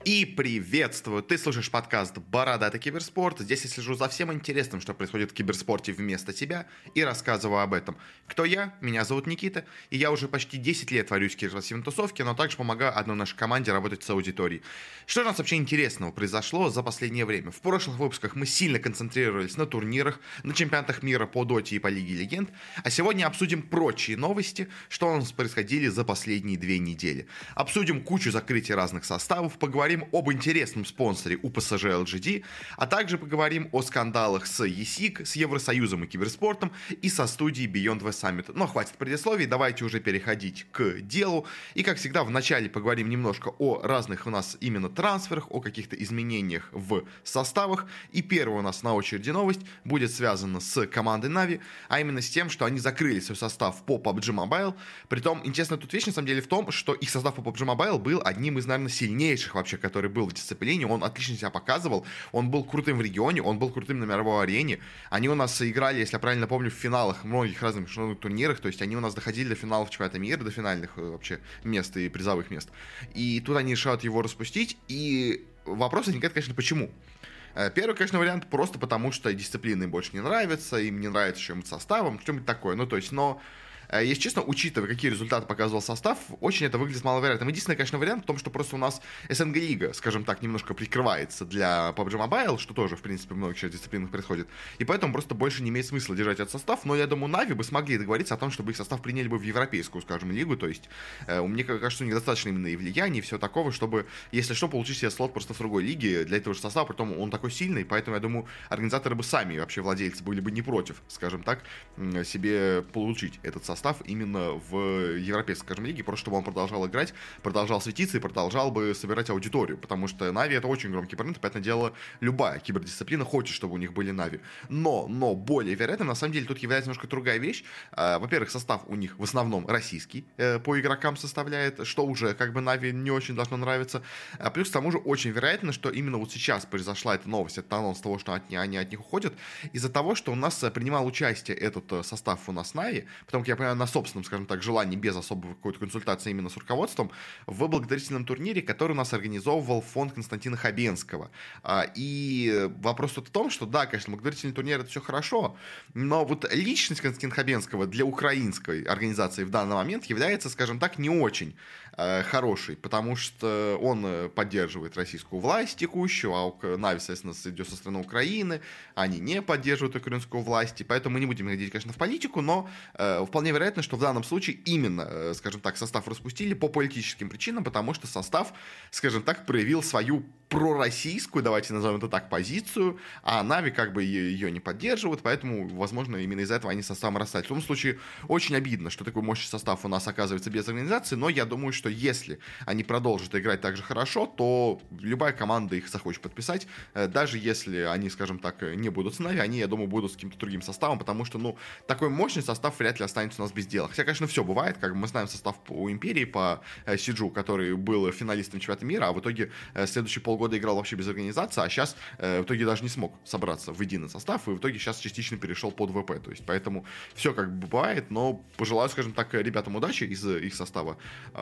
И приветствую! Ты слушаешь подкаст «Бородатый киберспорт». Здесь я слежу за всем интересным, что происходит в киберспорте вместо тебя, и рассказываю об этом. Кто я? Меня зовут Никита, и я уже почти 10 лет варюсь в киберспортивной тусовке, но также помогаю одной нашей команде работать с аудиторией. Что же у нас вообще интересного произошло за последнее время? В прошлых выпусках мы сильно концентрировались на турнирах, на чемпионатах мира по Доте и по Лиге Легенд, а сегодня обсудим прочие новости, что у нас происходили за последние 2 недели. Обсудим кучу закрытий разных составов, поговорим об интересном спонсоре УПСЖ LGD, а также поговорим о скандалах с ESIC, с Евросоюзом и киберспортом и со студией Beyond the Summit. Но хватит предисловий, давайте уже переходить к делу. И, как всегда, вначале поговорим немножко о разных у нас именно трансферах, о каких-то изменениях в составах. И первая у нас на очереди новость будет связана с командой Na'Vi, а именно с тем, что они закрыли свой состав по PUBG Mobile. Притом, интересная тут вещь, на самом деле, в том, что их состав по PUBG Mobile был одним из, наверное, сильнейших вообще, который был в дисциплине. Он отлично себя показывал, он был крутым в регионе, он был крутым на мировой арене. Они у нас играли, если я правильно помню, в финалах многих разных международных турнирах, то есть они у нас доходили до финалов чемпионата мира, до финальных вообще мест и призовых мест. И тут они решают его распустить, и вопрос возникает, конечно, почему? Первый, конечно, вариант просто потому, что дисциплина им больше не нравится, им не нравится чем-то составом, что-нибудь такое. Ну, то есть, но... Если честно, учитывая, какие результаты показывал состав, очень это выглядит маловероятным. Единственный, конечно, вариант в том, что просто у нас СНГ-лига, скажем так, немножко прикрывается для PUBG Mobile, что тоже, в принципе, в многих сейчас дисциплинах происходит. И поэтому просто больше не имеет смысла держать этот состав. Но я думаю, Na'Vi бы смогли договориться о том, чтобы их состав приняли бы в европейскую, скажем, лигу. То есть, мне кажется, у них достаточно именно и влияния, и всего такого, чтобы, если что, получить себе слот просто в другой лиге для этого же состава. Притом он такой сильный, поэтому, я думаю, организаторы бы сами, вообще владельцы, были бы не против, скажем так, себе получить этот состав именно в европейской, скажем, лиге, просто чтобы он продолжал играть, продолжал светиться и продолжал бы собирать аудиторию, потому что Na'Vi — это очень громкий бренд, понятное дело, любая кибердисциплина хочет, чтобы у них были Na'Vi. Но более вероятно, на самом деле, тут является немножко другая вещь. Во-первых, состав у них в основном российский, по игрокам составляет, что уже как бы Na'Vi не очень должно нравиться. Плюс к тому же очень вероятно, что именно вот сейчас произошла эта новость, это анонс того, что они от них уходят, из-за того, что у нас принимал участие этот состав у нас Na'Vi, потому как я понимаю, на собственном, скажем так, желании, без особой какой-то консультации именно с руководством, в благотворительном турнире, который у нас организовывал фонд Константина Хабенского. И вопрос тут в том, что да, конечно, благотворительный турнир — это все хорошо, но вот личность Константина Хабенского для украинской организации в данный момент является, скажем так, не очень хороший, потому что он поддерживает российскую власть текущую, а Na'Vi, соответственно, идет со стороны Украины, они не поддерживают украинскую власть, и поэтому мы не будем ходить, конечно, в политику, но вполне вероятно, что в данном случае именно, скажем так, состав распустили по политическим причинам, потому что состав, скажем так, проявил свою пророссийскую, давайте назовем это так, позицию, а Na'Vi как бы ее не поддерживают, поэтому, возможно, именно из-за этого они составом расстались. В том случае, очень обидно, что такой мощный состав у нас оказывается без организации, но я думаю, что если они продолжат играть так же хорошо, то любая команда их захочет подписать, даже если они, скажем так, не будут с Na'Vi, они, я думаю, будут с каким-то другим составом, потому что, такой мощный состав вряд ли останется у нас без дела. Хотя, конечно, все бывает, как бы мы знаем состав у Империи по Сиджу, который был финалистом чемпионата мира, а в итоге следующие полгода играл вообще без организации, а сейчас в итоге даже не смог собраться в единый состав, и в итоге сейчас частично перешел под ВП. То есть, поэтому все как бы бывает, но пожелаю, скажем так, ребятам удачи из их состава,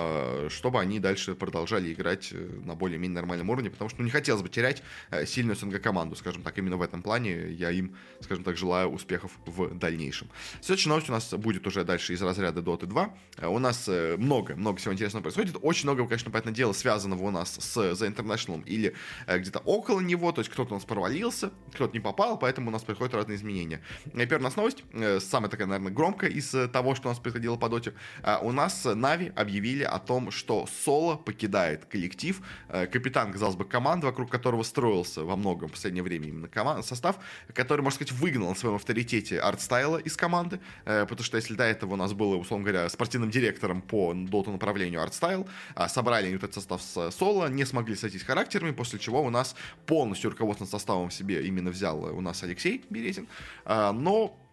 чтобы они дальше продолжали играть на более-менее нормальном уровне, потому что не хотелось бы терять сильную СНГ-команду, скажем так, именно в этом плане. Я им, скажем так, желаю успехов в дальнейшем. Следующая новость у нас будет уже дальше из разряда Dota 2. У нас много всего интересного происходит. Очень много, конечно, понятное дело, связанного у нас с The International или где-то около него. То есть кто-то у нас провалился, кто-то не попал, поэтому у нас происходят разные изменения. Первая у нас новость, самая такая, наверное, громкая из того, что у нас происходило по Доте. У нас Na'Vi объявили о том, что Соло покидает коллектив. Капитан, казалось бы, команды, вокруг которого строился во многом в последнее время именно состав, который, можно сказать, выгнал на своем авторитете Артстайла из команды, потому что если до этого у нас было, условно говоря, спортивным директором по Dota направлению Артстайл, собрали они этот состав с Соло, не смогли сойтись характерами, после чего у нас полностью руководственным составом себе именно взял у нас Алексей Березин, но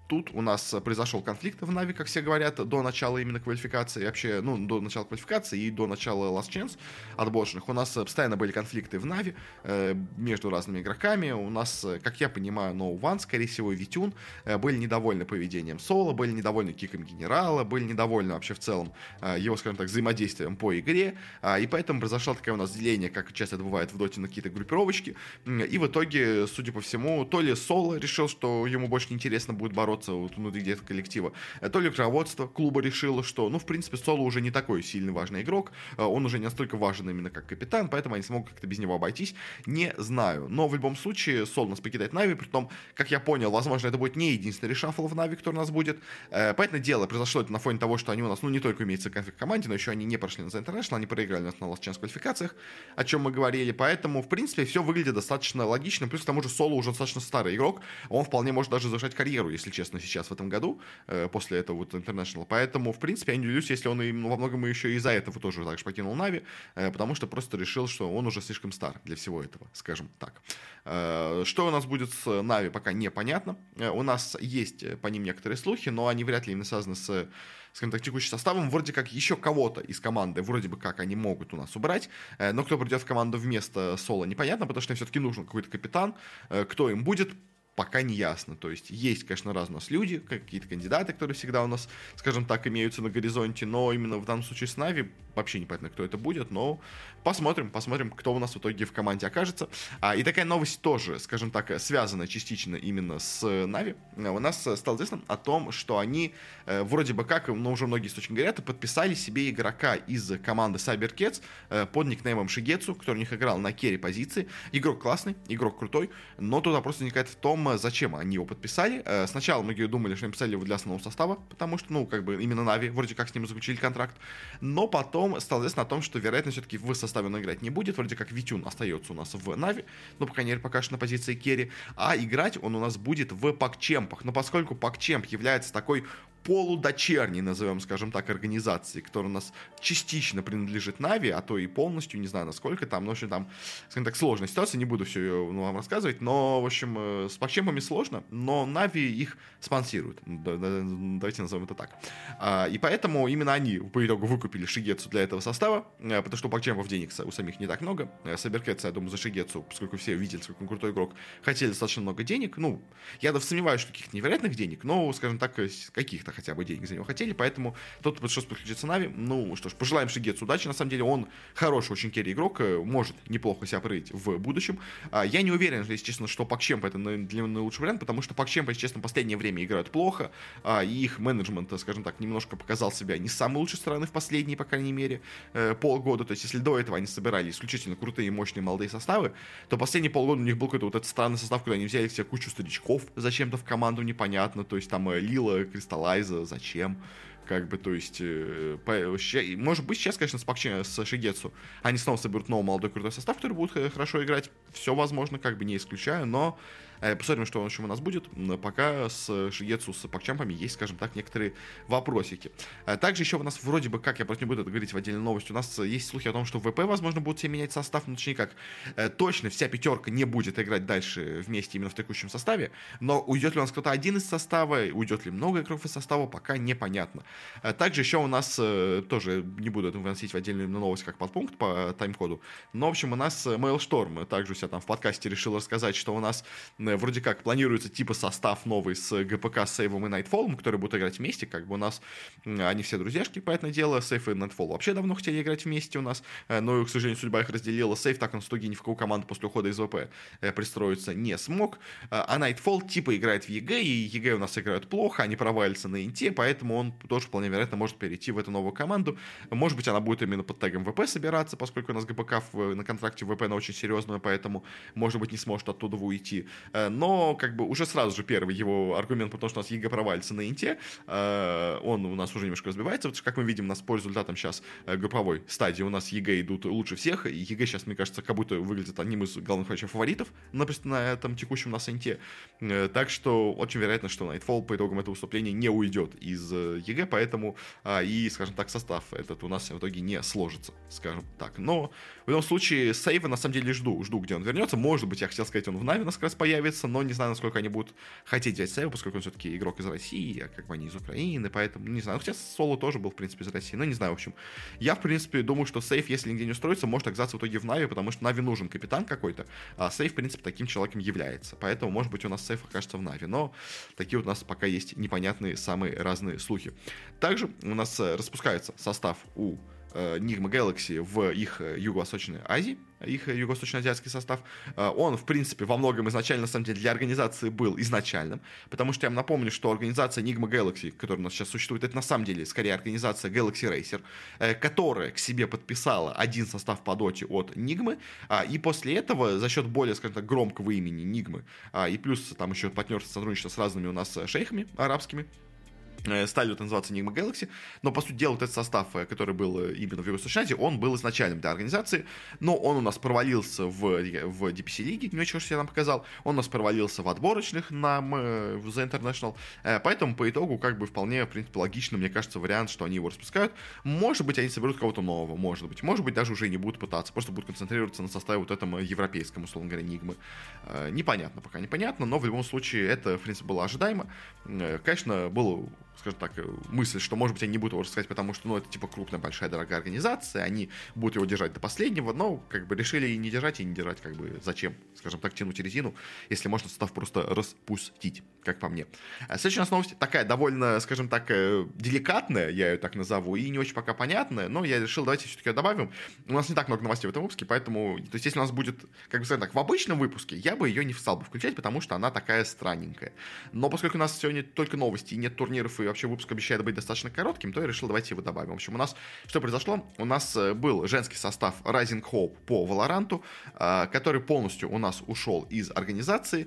тут у нас произошел конфликт в Нави, как все говорят, до начала именно квалификации, вообще, до начала квалификации и до начала Last Chance отборочных. У нас постоянно были конфликты в Нави между разными игроками. У нас, как я понимаю, No One, скорее всего, и Витюн были недовольны поведением Соло, были недовольны киком Генерала, были недовольны вообще в целом его, скажем так, взаимодействием по игре. И поэтому произошло такое у нас деление, как часто это бывает в доте, на какие-то группировочки. И в итоге, судя по всему, то ли Соло решил, что ему больше неинтересно будет бороться внутри где-то коллектива, то ли руководство клуба решило, что, в принципе, Соло уже не такой сильный важный игрок, он уже не настолько важен именно как капитан, поэтому они смогут как-то без него обойтись, не знаю. Но в любом случае Соло нас покидает Нави, притом, как я понял, возможно, это будет не единственный решафл в Нави, который у нас будет. Понятное дело, произошло это на фоне того, что они у нас, не только имеется конфликт в команде, но еще они не прошли на The International, они проиграли нас на Last Chance квалификациях, о чем мы говорили, поэтому, в принципе, все выглядит достаточно логично, плюс к тому же Соло уже достаточно старый игрок, он вполне может даже завершать карьеру, если честно, сейчас в этом году, после этого вот International. Поэтому, в принципе, я не удивлюсь, если он во многом еще из-за этого тоже также покинул Нави, потому что просто решил, что он уже слишком стар для всего этого, скажем так. Что у нас будет с Нави, пока непонятно. У нас есть по ним некоторые слухи, но они вряд ли именно связаны с, скажем так, текущим составом. Вроде как еще кого-то из команды, вроде бы как они могут у нас убрать, но кто придет в команду вместо Соло, непонятно, потому что им все-таки нужен какой-то капитан. Кто им будет, пока не ясно. То есть, конечно, разные у нас люди, какие-то кандидаты, которые всегда у нас, скажем так, имеются на горизонте, но именно в данном случае с Нави вообще непонятно, кто это будет, но посмотрим, кто у нас в итоге в команде окажется. И такая новость тоже, скажем так, связана частично именно с Нави. У нас стало известно о том, что они вроде бы как, уже многие источники говорят, подписали себе игрока из команды CyberCats под никнеймом Шигецу, который у них играл на керри позиции. Игрок классный, игрок крутой, но тут вопрос возникает в том, зачем они его подписали. Сначала многие думали, что написали его для основного состава, потому что, именно Нави вроде как с ним заключили контракт. Но потом стало известно о том, что, вероятно, все-таки в составе он играть не будет. Вроде как Витюн остается у нас в Нави, по крайней мере, пока что на позиции керри. А играть он у нас будет в Пакчемпах. Но поскольку Пакчемп является такой полудочерней, назовем, скажем так, организации, которая у нас частично принадлежит Нави, а то и полностью, не знаю, насколько там, в общем, там, скажем так, сложная ситуация, не буду все ее вам рассказывать, но, в общем, с Пакчемпами сложно, но Нави их спонсирует, давайте назовем это так. И поэтому именно они по итогу выкупили Шигецу для этого состава, потому что у Пакчемпов денег у самих не так много. CyberCats, я думаю, за Шигецу, поскольку все видели, сколько он крутой игрок, хотели достаточно много денег. Я сомневаюсь, что каких-то невероятных денег, но, скажем так, каких-то хотя бы денег за него хотели, поэтому тот пришлось подключиться Нави. Что ж, пожелаем Шигецу удачи, на самом деле он хороший очень керри игрок, может неплохо себя проявить в будущем. Я не уверен, если честно, что Пакчемп это наилучший вариант, потому что Пакчемп, если честно, в последнее время играют плохо, и их менеджмент, скажем так, немножко показал себя не с самой лучшей стороны в последние, по крайней мере, полгода. То есть, если до этого они собирали исключительно крутые, мощные, молодые составы, то последние полгода у них был какой-то вот этот странный состав, куда они взяли все кучу старичков зачем-то в команду, непонятно. То есть, там Лила, Кристаллайза, зачем? То есть, может быть, сейчас, конечно, с Шигецу они снова соберут новый молодой крутой состав, который будет хорошо играть. Все возможно, не исключаю, но посмотрим, что у нас будет. Пока с Шигецу, с Пакчемпами есть, скажем так, некоторые вопросики. Также еще у нас вроде бы, как я просто не буду это говорить в отдельной новости, у нас есть слухи о том, что в ВП, возможно, будут все менять состав, точнее как, точно вся пятерка не будет играть дальше вместе именно в текущем составе, но уйдет ли у нас кто-то один из состава, уйдет ли много игроков из состава, пока непонятно. Также еще у нас, тоже не буду это выносить в отдельную новость как подпункт по тайм-коду, но, в общем, у нас Mailstorm также у себя там в подкасте решил рассказать, что у нас вроде как планируется типа состав новый с ГПК, Сейвом и Nightfall, которые будут играть вместе, у нас они все друзьяшки, понятное дело, Сейв и Nightfall вообще давно хотели играть вместе у нас, но, к сожалению, судьба их разделила. Сейв так он в итоге ни в какую команду после ухода из ВП пристроиться не смог, а Nightfall типа играет в ЕГЭ, и ЕГЭ у нас играют плохо, они провалятся на Инте, поэтому он тоже вполне вероятно может перейти в эту новую команду. Может быть, она будет именно под тегом ВП собираться, поскольку у нас ГПК на контракте ВП на очень серьезную, поэтому, может быть, не сможет оттуда уйти. Но, уже сразу же первый его аргумент, потому что у нас ЕГЭ провалится на Инте, он у нас уже немножко разбивается, потому что, как мы видим, у нас по результатам сейчас групповой стадии у нас ЕГЭ идут лучше всех, и ЕГЭ сейчас, мне кажется, как будто выглядит одним из главных вообще фаворитов на этом текущем у нас Инте. Так что очень вероятно, что Nightfall по итогам этого выступления не уйдет из ЕГЭ, поэтому и, скажем так, состав этот у нас в итоге не сложится. скажем так. Но в любом случае Сейва на самом деле жду, где он вернется. Может быть, я хотел сказать, он в Нави как раз появится, но не знаю, насколько они будут хотеть взять Сейва, поскольку он все-таки игрок из России, а как бы они из Украины, поэтому не знаю. Хотя Соло тоже был, в принципе, из России, но не знаю, в общем. Я, в принципе, думаю, что Сейв, если нигде не устроится, может оказаться в итоге в Нави, потому что Нави нужен капитан какой-то, а Сейв, в принципе, таким человеком является. Поэтому, может быть, у нас Сейв окажется в Нави, но такие вот у нас пока есть непонятные самые разные слухи. Также у нас распускается состав у Nigma Galaxy в их Юго-Восточной Азии, их юго-восточно-азиатский состав. Он, в принципе, во многом изначально, на самом деле, для организации был изначальным, потому что я вам напомню, что организация Nigma Galaxy, которая у нас сейчас существует, это на самом деле скорее организация Galaxy Racer, которая к себе подписала один состав по доте от Nigma, и после этого за счет более, скажем так, громкого имени Nigma, и плюс там еще партнерство, сотрудничество с разными у нас шейхами арабскими, стали вот называться Nigma Galaxy, но, по сути дела, вот этот состав, который был именно в Юго-Восточной Азии, он был изначальным для организации, но он у нас провалился в DPC лиге, не очень хорошо себя нам показал, он у нас провалился в отборочных в The International, поэтому по итогу, как бы, вполне, в принципе, логично, мне кажется, вариант, что они его распускают. Может быть, они соберут кого-то нового, может быть, даже уже не будут пытаться, просто будут концентрироваться на составе вот этом европейском, условно говоря, Nigma. Непонятно, пока непонятно, но в любом случае это, в принципе, было ожидаемо. Конечно, было, скажем так, мысль, что, может быть, они не будут его рассказать, потому что, ну, это, типа, крупная, большая, дорогая организация, они будут его держать до последнего, но, как бы, решили и не держать, как бы, зачем, скажем так, тянуть резину, если можно состав просто распустить, как по мне. Следующая у нас новость такая довольно, скажем так, деликатная, я ее так назову, и не очень пока понятная, но я решил, давайте все-таки ее добавим. У нас не так много новостей в этом выпуске, поэтому, то есть, если у нас будет, как бы, скажем так, в обычном выпуске, я бы ее не стал бы включать, потому что она такая странненькая. Но поскольку у нас сегодня только новости, и нет турниров, и вообще выпуск обещает быть достаточно коротким, то я решил, давайте его добавим. В общем, у нас что произошло? У нас был женский состав Rising Hope по Valorant, который полностью у нас ушел из организации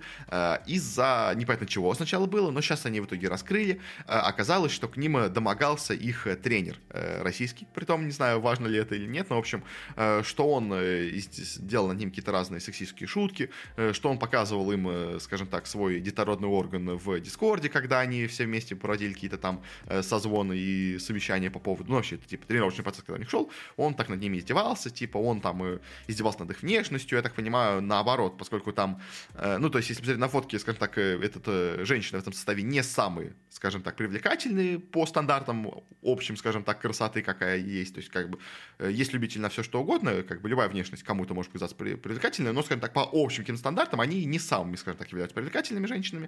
из-за непонятно чего сначала было, но сейчас они в итоге раскрыли. Оказалось, что к ним домогался их тренер российский, притом не знаю, важно ли это или нет, но в общем, что он делал над ним какие-то разные сексистские шутки, что он показывал им, скажем так, свой детородный орган в Дискорде, когда они все вместе проводили какие-то там созвоны и совещания по поводу, ну, вообще, это, типа, тренировочный процесс, когда у них шел, он так над ними издевался, типа, он там издевался над их внешностью, я так понимаю, наоборот, поскольку там, ну, то есть, если посмотреть на фотки, скажем так, женщины в этом составе не самые, скажем так, привлекательные по стандартам общим, скажем так, красоты, какая есть, то есть, как бы, есть любитель на все что угодно, как бы, любая внешность кому-то может показаться привлекательной, но, скажем так, по общим киностандартам они не самыми, скажем так, являются привлекательными женщинами,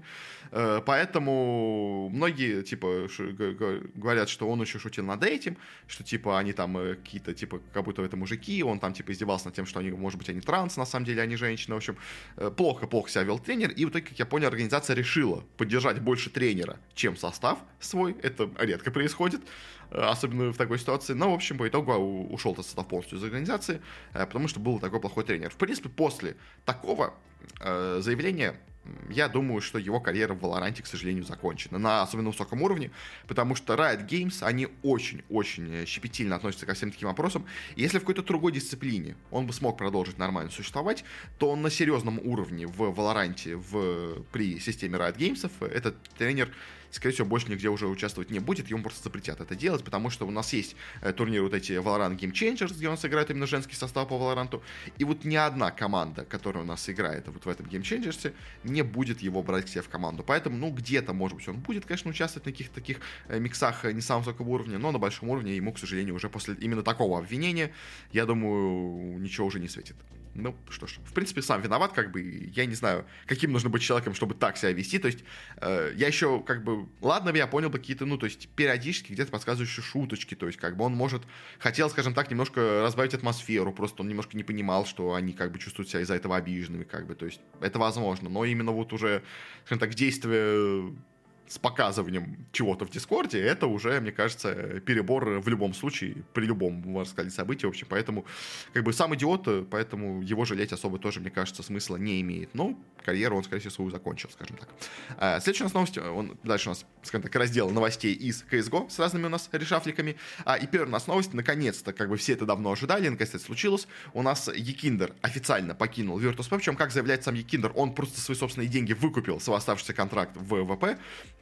поэтому многие, типа, говорят, что он еще шутил над этим, что, типа, они там какие-то, типа, как будто это мужики, он там, типа, издевался над тем, что они, может быть, они транс, на самом деле, они женщины, в общем, плохо себя вел тренер, и в итоге, как я понял, организация решила поддержать больше тренера, чем состав свой, это редко происходит, особенно в такой ситуации, но, в общем, по итогу ушел этот состав полностью из организации, потому что был такой плохой тренер. В принципе, после такого заявления я думаю, что его карьера в Valorant, к сожалению, закончена. На особенно высоком уровне, потому что Riot Games, они очень-очень щепетильно относятся ко всем таким вопросам. И если в какой-то другой дисциплине он бы смог продолжить нормально существовать, то он на серьезном уровне в Valorant при системе Riot Games этот тренер, скорее всего, больше нигде уже участвовать не будет, ему просто запретят это делать, потому что у нас есть турниры вот эти Valorant Game Changers, где у нас играет именно женский состав по Valorant, и вот ни одна команда, которая у нас играет вот в этом Game Changers, не будет его брать к себе в команду. Поэтому, ну, где-то, может быть, он будет, конечно, участвовать на каких-то таких миксах не самого высокого уровня, но на большом уровне ему, к сожалению, уже после именно такого обвинения, я думаю, ничего уже не светит. Ну, что ж, в принципе, сам виноват, как бы, я не знаю, каким нужно быть человеком, чтобы так себя вести, то есть, я еще, как бы, ладно бы я понял бы какие-то, ну, то есть, периодически где-то подсказывающие шуточки, то есть, как бы, он, хотел, скажем так, немножко разбавить атмосферу, просто он немножко не понимал, что они, как бы, чувствуют себя из-за этого обиженными, как бы, то есть, это возможно, но именно вот уже, скажем так, действие с показыванием чего-то в Дискорде, это уже, мне кажется, перебор в любом случае, при любом, можно сказать, событии, в общем, поэтому, как бы, сам идиот, поэтому его жалеть особо тоже, мне кажется, смысла не имеет, но карьеру он, скорее всего, свою закончил, скажем так. Следующая у нас новость, дальше у нас, скажем так, раздел новостей из CSGO с разными у нас решафликами, и первая у нас новость, наконец-то, как бы, все это давно ожидали, наконец-то это случилось, у нас Екиндер официально покинул Virtus.pro, причем, как заявляет сам Екиндер, он просто свои собственные деньги выкупил свой оставшийся контракт в ВВП,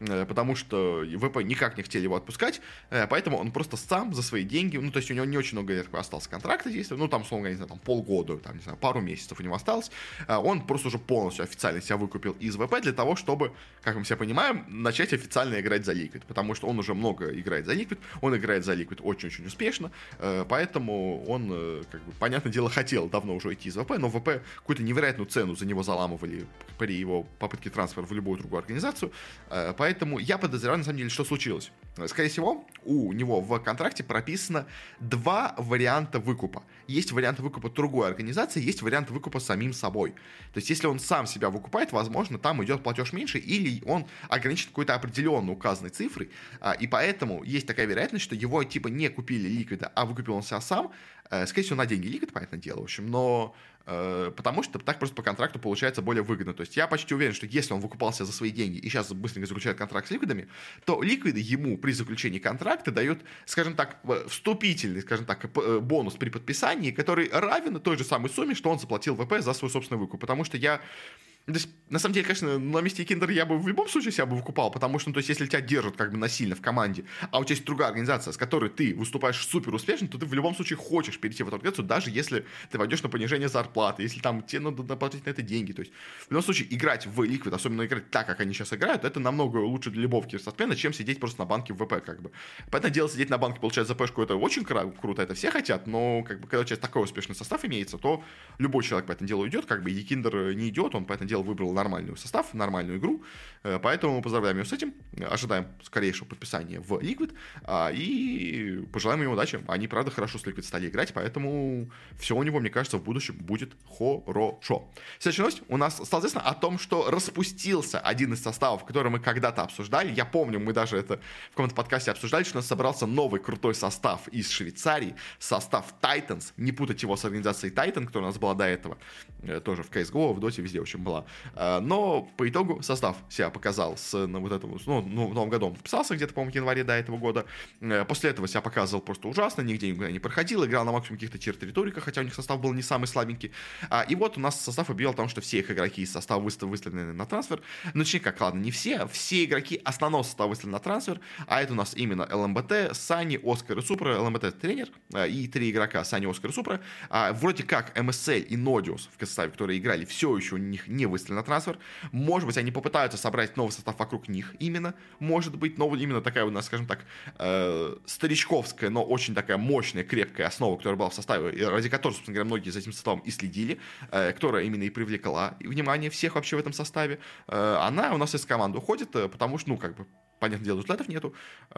потому что ВП никак не хотели его отпускать, поэтому он просто сам за свои деньги, ну, то есть у него не очень много осталось контракта действия, ну, там, условно, не знаю, там, полгода, там, не знаю, пару месяцев у него осталось, он просто уже полностью официально себя выкупил из ВП для того, чтобы, как мы все понимаем, начать официально играть за Liquid, потому что он уже много играет за Liquid, он играет за Liquid очень-очень успешно, поэтому он, как бы, понятное дело, хотел давно уже уйти из ВП, но ВП какую-то невероятную цену за него заламывали при его попытке трансфера в любую другую организацию, поэтому я подозреваю, на самом деле, что случилось. Скорее всего, у него в контракте прописано 2 варианта выкупа. Есть вариант выкупа другой организации, есть вариант выкупа самим собой. То есть, если он сам себя выкупает, возможно, там идет платеж меньше, или он ограничен какой-то определенной указанной цифрой, и поэтому есть такая вероятность, что его, типа, не купили Ликвида, а выкупил он себя сам, скорее всего, на деньги Liquid, понятное дело, в общем, но потому что так просто по контракту получается более выгодно. То есть я почти уверен, что если он выкупался за свои деньги и сейчас быстренько заключает контракт с Ликвидами, то Ликвиды ему при заключении контракта дают, скажем так, вступительный, скажем так, бонус при подписании, который равен той же самой сумме, что он заплатил ВП за свой собственный выкуп. Потому что то есть, на самом деле, конечно, на месте Киндера я бы в любом случае себя бы выкупал, потому что, ну, то есть, если тебя держат как бы насильно в команде, а у тебя есть другая организация, с которой ты выступаешь супер успешно, то ты в любом случае хочешь перейти в эту организацию, даже если ты войдешь на понижение зарплаты, если там тебе надо платить на это деньги. То есть, в любом случае, играть в Liquid, особенно играть так, как они сейчас играют, это намного лучше для любого киберспортсмена, чем сидеть просто на банке в ВП, как бы. Понятное дело, сидеть на банке, получать ЗПшку, это очень круто, это все хотят, но, как бы, когда у тебя такой успешный состав имеется, то любой человек по этому делу идет, как бы, и Киндер не идет, он, по этому делу, выбрал нормальный состав, нормальную игру, поэтому мы поздравляем его с этим, ожидаем скорейшего подписания в Liquid, и пожелаем ему удачи. Они, правда, хорошо с Liquid стали играть, поэтому все у него, мне кажется, в будущем будет хорошо. Следующая новость у нас стало известно о том, что распустился один из составов, который мы когда-то обсуждали. Я помню, мы даже это в каком-то подкасте обсуждали, что у нас собрался новый крутой состав из Швейцарии, состав Titans, не путать его с организацией Titan, которая у нас была до этого, тоже в CSGO, в Dota, везде, в общем, была. Но по итогу состав себя показал в новом году он подписался где-то, по-моему, в январе до этого года. После этого себя показывал просто ужасно, нигде никуда не проходил, играл на максимум каких-то тир-территориках, хотя у них состав был не самый слабенький. И вот у нас состав объявил о том, что все их игроки из состава выставлены на трансфер. Ну, точнее как, ладно, не все игроки основного состава выставлены на трансфер, а это у нас именно ЛМБТ, Сани, Оскар и Супра. ЛМБТ тренер и 3 игрока, Сани, Оскар и Супра. Вроде как MSL и Nodius в составе, которые играли, все еще у них не выставлены на трансфер. Может быть, они попытаются собрать новый состав вокруг них именно. Может быть, именно такая у нас, скажем так, старичковская, но очень такая мощная, крепкая основа, которая была в составе, и ради которой, собственно говоря, многие за этим составом и следили, которая именно и привлекла внимание всех вообще в этом составе. Она у нас из команды уходит, потому что, понятное дело, результатов нету,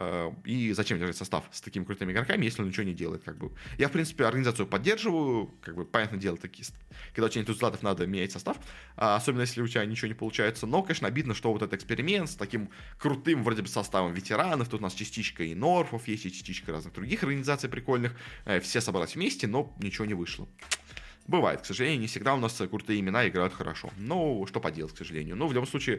и зачем держать состав с такими крутыми игроками, если он ничего не делает, Я, в принципе, организацию поддерживаю, понятное дело, когда у тебя нет результатов, надо менять состав, особенно если у тебя ничего не получается, но, конечно, обидно, что вот этот эксперимент с таким крутым, вроде бы, составом ветеранов, тут у нас частичка и Норфов есть, и частичка разных других организаций прикольных, все собрались вместе, но ничего не вышло. Бывает, к сожалению, не всегда у нас крутые имена играют хорошо, но что поделать, к сожалению, в любом случае,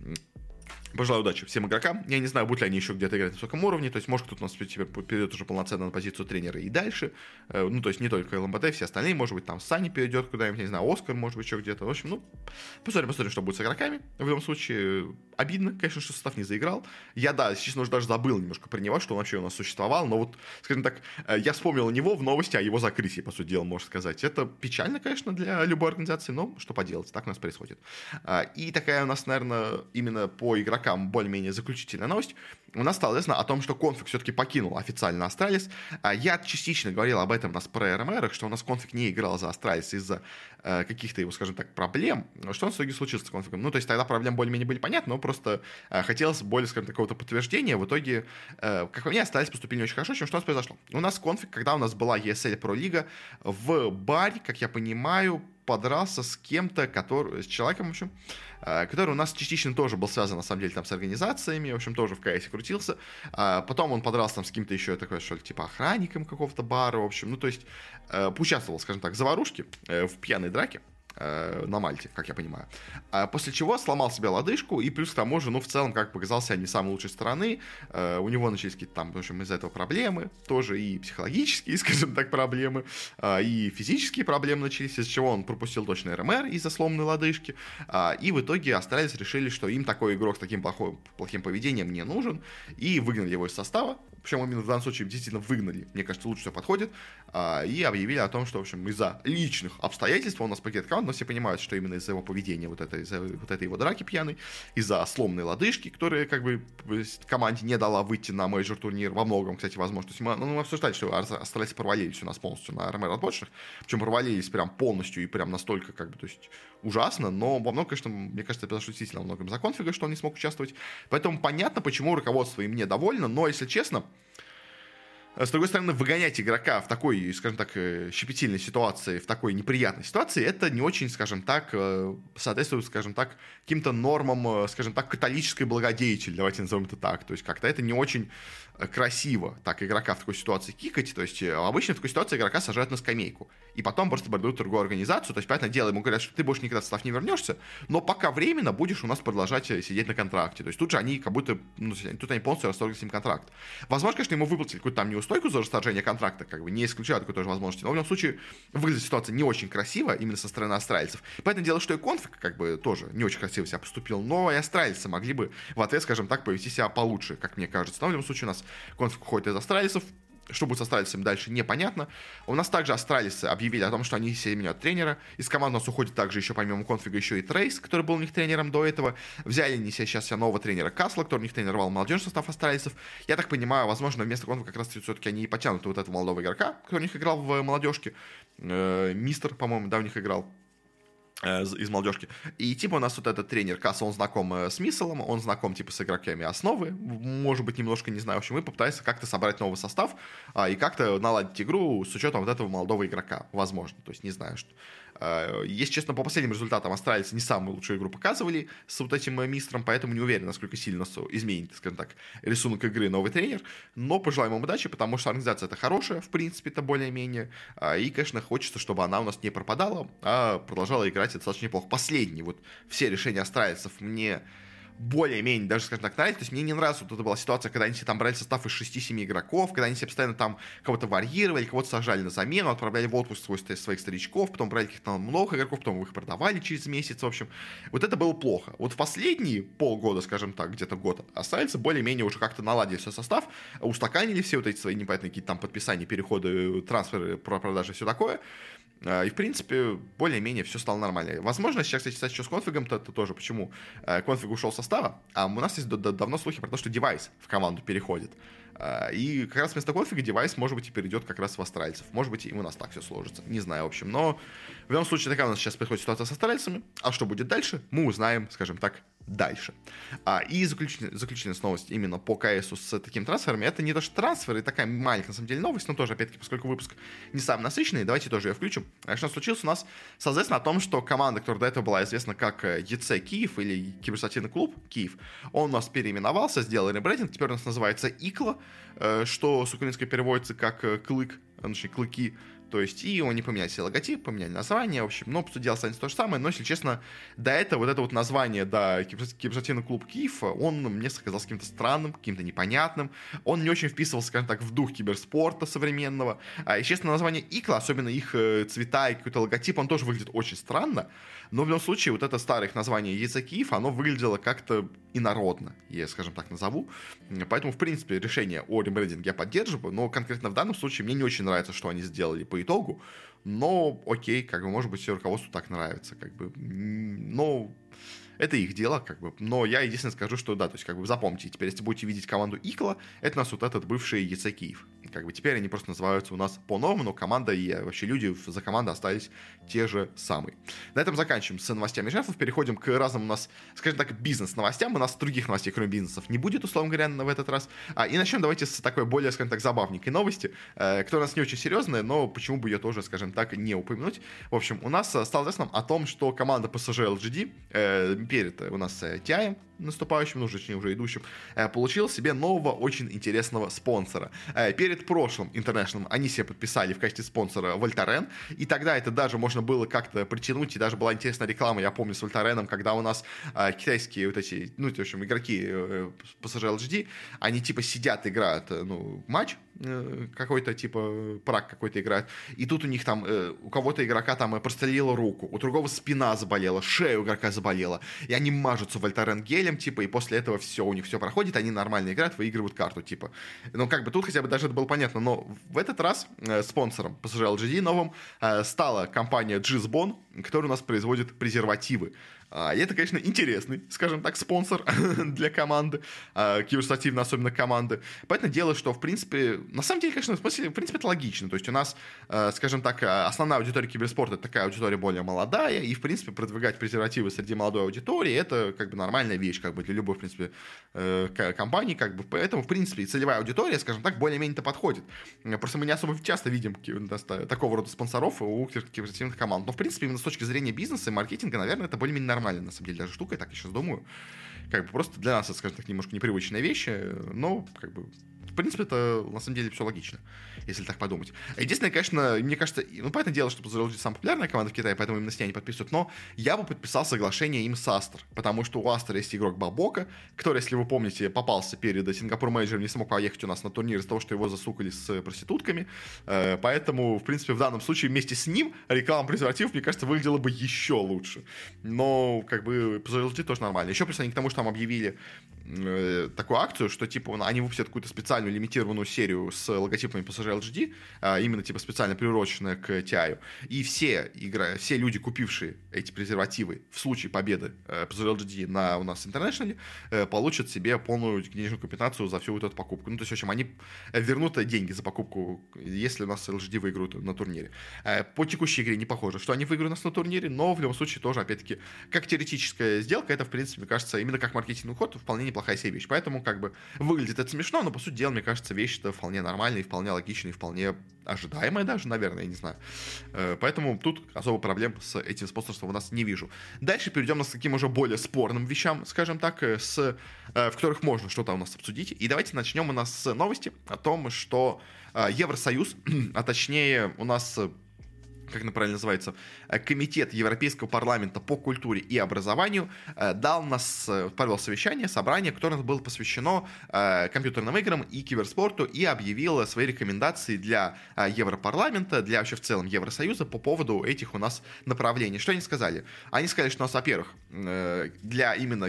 пожелаю удачи всем игрокам. Я не знаю, будут ли они еще где-то играть на высоком уровне. То есть, может, кто-то у нас теперь перейдет уже полноценно на позицию тренера и дальше. То есть, не только ЛМБТ, все остальные. Может быть, там Сани перейдет куда-нибудь, не знаю, Оскар, может быть, еще где-то. В общем, посмотрим, что будет с игроками. В любом случае, обидно, конечно, что состав не заиграл. Я, честно, уже даже забыл немножко про него, что он вообще у нас существовал. Но скажем так, я вспомнил о него в новости о его закрытии, по сути дела, можно сказать. Это печально, конечно, для любой организации, но что поделать, так у нас происходит. И такая у нас, наверное, именно по игрокам более-менее заключительная новость. У нас стало известно о том, что Конфиг все-таки покинул официально Астралис. Я частично говорил об этом у нас про РМР, что у нас Конфиг не играл за Астралис из-за каких-то его, скажем так, проблем. Что в итоге случилось с Конфигом? То есть тогда проблемы более-менее были понятны, но просто хотелось более, скажем так, какого-то подтверждения. В итоге, как по мне, Астралис поступили не очень хорошо. Что у нас произошло? У нас Конфиг, когда у нас была ESL Pro Лига, в баре, как я понимаю, подрался с кем-то, с человеком, в общем, который у нас частично тоже был связан, на самом деле, там, с организациями, в общем, тоже в КС крутился. Потом он подрался там с каким-то еще, такой, что ли, типа охранником какого-то бара, в общем, то есть, поучаствовал, скажем так, в заварушке, в пьяной драке. на Мальте, как я понимаю. После чего сломал себе лодыжку, и плюс к тому же, в целом, как показал себя не самой лучшей стороны. У него начались какие-то там, в общем, из-за этого проблемы, тоже и психологические, скажем так, проблемы, и физические проблемы начались, из-за чего он пропустил точно РМР из-за сломанной лодыжки. И в итоге австралийцы решили, что им такой игрок с таким плохим поведением не нужен, и выгнали его из состава. Причем именно в данном случае действительно выгнали, мне кажется, лучше всего подходит, и объявили о том, что, в общем, из-за личных обстоятельств он у нас покидает команду, но все понимают, что именно из-за его поведения, из-за этой его драки пьяной, из-за сломанной лодыжки, которая, как бы, команде не дала выйти на мейджор-турнир, во многом, кстати, возможно. То есть мы обсуждали, что австралийцы провалились у нас полностью на РМР отборочных, причем провалились прям полностью и прям настолько, как бы, то есть ужасно, но во многом, конечно, мне кажется, это произошло действительно во многом за конфига, что он не смог участвовать. Поэтому понятно, почему руководство им недовольно, но, если честно, с другой стороны, выгонять игрока в такой, скажем так, щепетильной ситуации, в такой неприятной ситуации, это не очень, скажем так, соответствует, скажем так, каким-то нормам, скажем так, католической благодетели, давайте назовем это так. То есть как-то это не очень красиво так игрока в такой ситуации кикать. То есть обычно в такой ситуации игрока сажают на скамейку. И потом просто продают другую организацию. То есть, понятное дело, ему говорят, что ты больше никогда в состав не вернешься, но пока временно будешь у нас продолжать сидеть на контракте. То есть тут же они как будто, тут они полностью расторгли с ним контракт. Возможно, конечно, ему выплатили какую-то там неустойку за расторжение контракта, как бы не исключаю такой тоже возможности. Но в любом случае выглядит ситуация не очень красиво именно со стороны австралийцев. Понятное дело, что и конфиг как бы тоже не очень красиво себя поступил, но и австралийцы могли бы в ответ, скажем так, повести себя получше, как мне кажется. Но в любом случае у нас конфиг уходит из австралийцев. Что будет с австралийцами дальше, непонятно. У нас также австралийцы объявили о том, что они себе меняют тренера. Из команды у нас уходит также еще помимо конфига еще и Трейс, который был у них тренером до этого. Взяли они себе сейчас нового тренера Касла, который у них тренировал молодежный состав австралийцев. Я так понимаю, возможно, вместо конфига как раз все-таки они и потянут вот этого молодого игрока, который у них играл в молодежке. Мистер, по-моему, да, у них играл из молодежки. И типа у нас вот этот тренер Касса, он знаком с Мисселом, он знаком типа с игроками основы, может быть, немножко, не знаю, в общем, и попытается как-то собрать новый состав и как-то наладить игру с учетом вот этого молодого игрока, возможно, то есть не знаю, что... Если честно, по последним результатам австралийцы не самую лучшую игру показывали с вот этим мистером, поэтому не уверен, насколько сильно изменит, скажем так, рисунок игры новый тренер, но пожелаем ему удачи, потому что организация это хорошая, в принципе-то более-менее, и, конечно, хочется, чтобы она у нас не пропадала, а продолжала играть достаточно неплохо. Последний, вот все решения австралийцев мне более-менее, даже, скажем так, нравится. То есть мне не нравится вот эта была ситуация, когда они себе там брали состав из 6-7 игроков, когда они себе постоянно там кого-то варьировали, кого-то сажали на замену, отправляли в отпуск своих старичков, потом брали каких-то новых игроков, потом их продавали через месяц, в общем. Вот это было плохо. Вот в последние полгода, скажем так, где-то год, австралийцы более-менее уже как-то наладили свой состав, устаканили все вот эти свои непонятные какие-то там подписания, переходы, трансферы, продажи, все такое. И, в принципе, более-менее все стало нормально. Возможно, сейчас, кстати, еще с конфигом-то тоже. Почему? Конфиг ушел с состава, а у нас есть давно слухи про то, что девайс в команду переходит. И как раз вместо конфига девайс, может быть, и перейдет как раз в австралийцев. Может быть, и у нас так все сложится. Не знаю, в общем. Но в любом случае, такая у нас сейчас происходит ситуация с австралийцами. А что будет дальше, мы узнаем, скажем так, дальше. И заключительная новость именно по КСу с таким трансферами. Это не то, что трансфер, и такая маленькая, на самом деле, новость, но тоже, опять-таки, поскольку выпуск не самый насыщенный, давайте тоже ее включим. Что случилось у нас, соответственно, о том, что команда, которая до этого была известна как ЕЦ Киев или киберспортивный клуб Киев, он у нас переименовался, сделал ребрендинг, теперь у нас называется ИКЛА, что с украинской переводится как клык, точнее, клыки. То есть, и они поменяли себе логотип, поменяли название, в общем, но, по сути дела, останется то же самое, но, если честно, до этого вот это вот название, да, киберспортивный клуб Киев, он мне казался каким-то странным, каким-то непонятным, он не очень вписывался, скажем так, в дух киберспорта современного, и, честно, название ИКЛА, особенно их цвета и какой-то логотип, он тоже выглядит очень странно, но в любом случае, вот это старое их название ЕЦ Киев, оно выглядело как-то инородно, я, скажем так, назову, поэтому, в принципе, решение о ребрендинге я поддерживаю, но конкретно в данном случае мне не очень нравится, что они сделали по итогу, но окей, как бы, может быть, все руководству так нравится, как бы, но это их дело, как бы, но я единственное скажу, что да, то есть, как бы, запомните, теперь, если будете видеть команду ИКЛА, это у нас вот этот бывший ЕЦ Киев, как бы, теперь они просто называются у нас по-новому, но команда и вообще люди за командой остались те же самые. На этом заканчиваем с новостями жертв, переходим к разным у нас, скажем так, бизнес-новостям, у нас других новостей, кроме бизнесов, не будет, условно говоря, в этот раз, и начнем давайте с такой более, скажем так, забавненькой новости, которая у нас не очень серьезная, но почему бы ее тоже, скажем так, не упомянуть. В общем, у нас стало известно о том, что команда PSG LGD перед у нас TI наступающим, ну, точнее, уже идущим, получил себе нового очень интересного спонсора. Перед предпрошлом International они себе подписали в качестве спонсора Voltaren, и тогда это даже можно было как-то притянуть, и даже была интересная реклама, я помню, с Voltareном, когда у нас китайские вот эти, ну, в общем, игроки PSG LGD, они типа сидят, играют, ну, матч какой-то, типа, праг какой-то играет, и тут у них там, у кого-то игрока там прострелила руку, у другого спина заболела, шея у игрока заболела, и они мажутся Voltaren гелем, типа, и после этого все, у них все проходит, они нормально играют, выигрывают карту, типа. Ну, как бы тут хотя бы даже это было понятно, но в этот раз спонсором PSG LGD новым стала компания Gizbon, которая у нас производит презервативы. И это, конечно, интересный, скажем так, спонсор для команды, киберспортивной, особенно команды. Поэтому дело, что, в принципе, на самом деле, конечно, в смысле, в принципе, это логично. То есть у нас, скажем так, основная аудитория киберспорта — это такая аудитория более молодая, и, в принципе, продвигать презервативы среди молодой аудитории — это, как бы, нормальная вещь, как бы, для любой, в принципе, компании, как бы. Поэтому, в принципе, и целевая аудитория, скажем так, более-менее-то подходит. Просто мы не особо часто видим такого рода спонсоров у киберспортивных команд. Но, в принципе, именно с точки зрения бизнеса и маркетинга, наверное, это более-менее нормально, на самом деле, даже штука, я так я сейчас думаю. Как бы просто для нас это, скажем так, немножко непривычная вещь, но, как бы, в принципе, это, на самом деле, все логично, если так подумать. Единственное, конечно, мне кажется, ну, понятное дело, что PSG самая популярная команда в Китае, поэтому именно с ней они подписывают, но я бы подписал соглашение им с Астер, потому что у Астер есть игрок Бабока, который, если вы помните, попался перед Сингапур Мейджором, не смог поехать у нас на турнир из-за того, что его засукали с проститутками, поэтому, в принципе, в данном случае вместе с ним реклама презервативов, мне кажется, выглядела бы еще лучше. Но, как бы, PSG тоже нормально. Еще плюс они к тому, что там объявили такую акцию, что, типа, они выпустят какую-то специальную лимитированную серию с логотипами PSG LGD, именно, типа, специально приуроченная к TI. И все люди, купившие эти презервативы в случае победы PSG LGD на у нас International, получат себе полную денежную компенсацию за всю вот эту покупку. Ну, то есть, в общем, они вернут деньги за покупку, если у нас LGD выиграют на турнире. По текущей игре не похоже, что они выиграют у нас на турнире, но в любом случае тоже, опять-таки, как теоретическая сделка, это, в принципе, мне кажется, именно как маркетинговый ход, вполне неплохая себе вещь. Поэтому, как бы, выглядит это смешно, но, по сути дела, мне кажется, вещь-то вполне нормальная, вполне логичная, и вполне ожидаемая даже, наверное, я не знаю. Поэтому тут особо проблем с этим спонсорством у нас не вижу. Дальше перейдем к таким уже более спорным вещам, скажем так, в которых можно что-то у нас обсудить. И давайте начнем у нас с новости о том, что Евросоюз, а точнее у нас... как это правильно называется, Комитет Европейского парламента по культуре и образованию провел совещание, собрание, которое было посвящено компьютерным играм и киберспорту, и объявило свои рекомендации для Европарламента, для вообще в целом Евросоюза по поводу этих у нас направлений. Что они сказали? Они сказали, что у нас, во-первых, для именно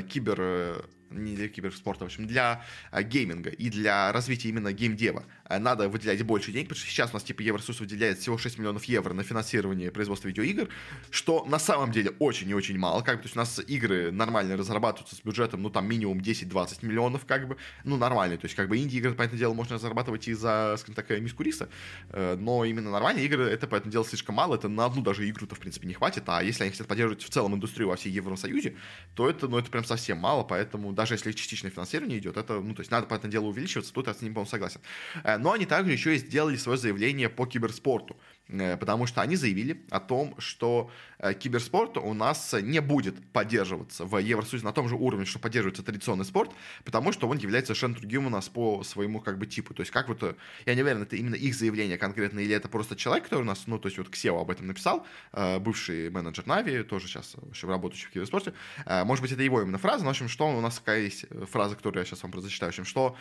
не для киберспорта, в общем, для гейминга и для развития именно геймдева надо выделять больше денег, потому что сейчас у нас типа Евросоюз выделяет всего 6 миллионов евро на финансирование производства видеоигр, что на самом деле очень и очень мало, как бы, то есть у нас игры нормально разрабатываются с бюджетом, ну, там, минимум 10-20 миллионов, как бы, ну, нормально, то есть, как бы, инди-игры, понятное дело, можно зарабатывать и за, скажем так, миску риса, но именно нормальные игры, это, понятное дело, слишком мало, это на одну даже игру-то, в принципе, не хватит, а если они хотят поддерживать в целом индустрию во всей Евросоюзе, то это, ну, это прям совсем мало, поэтому даже если частичное финансирование идет, это, ну, то есть надо, понятное дело, увеличиваться, тут я с ним, по-моему, согласен. Но они также еще и сделали свое заявление по киберспорту, потому что они заявили о том, что киберспорт у нас не будет поддерживаться в Евросоюзе на том же уровне, что поддерживается традиционный спорт, потому что он является совершенно другим у нас по своему как бы типу. То есть как вот, я не уверен, это именно их заявление конкретно, или это просто человек, который у нас, ну, то есть вот Ксео об этом написал, бывший менеджер Нави, тоже сейчас вообще работающий в киберспорте. Может быть, это его именно фраза, но, в общем, что у нас такая есть фраза, которую я сейчас вам зачитаю, в общем, что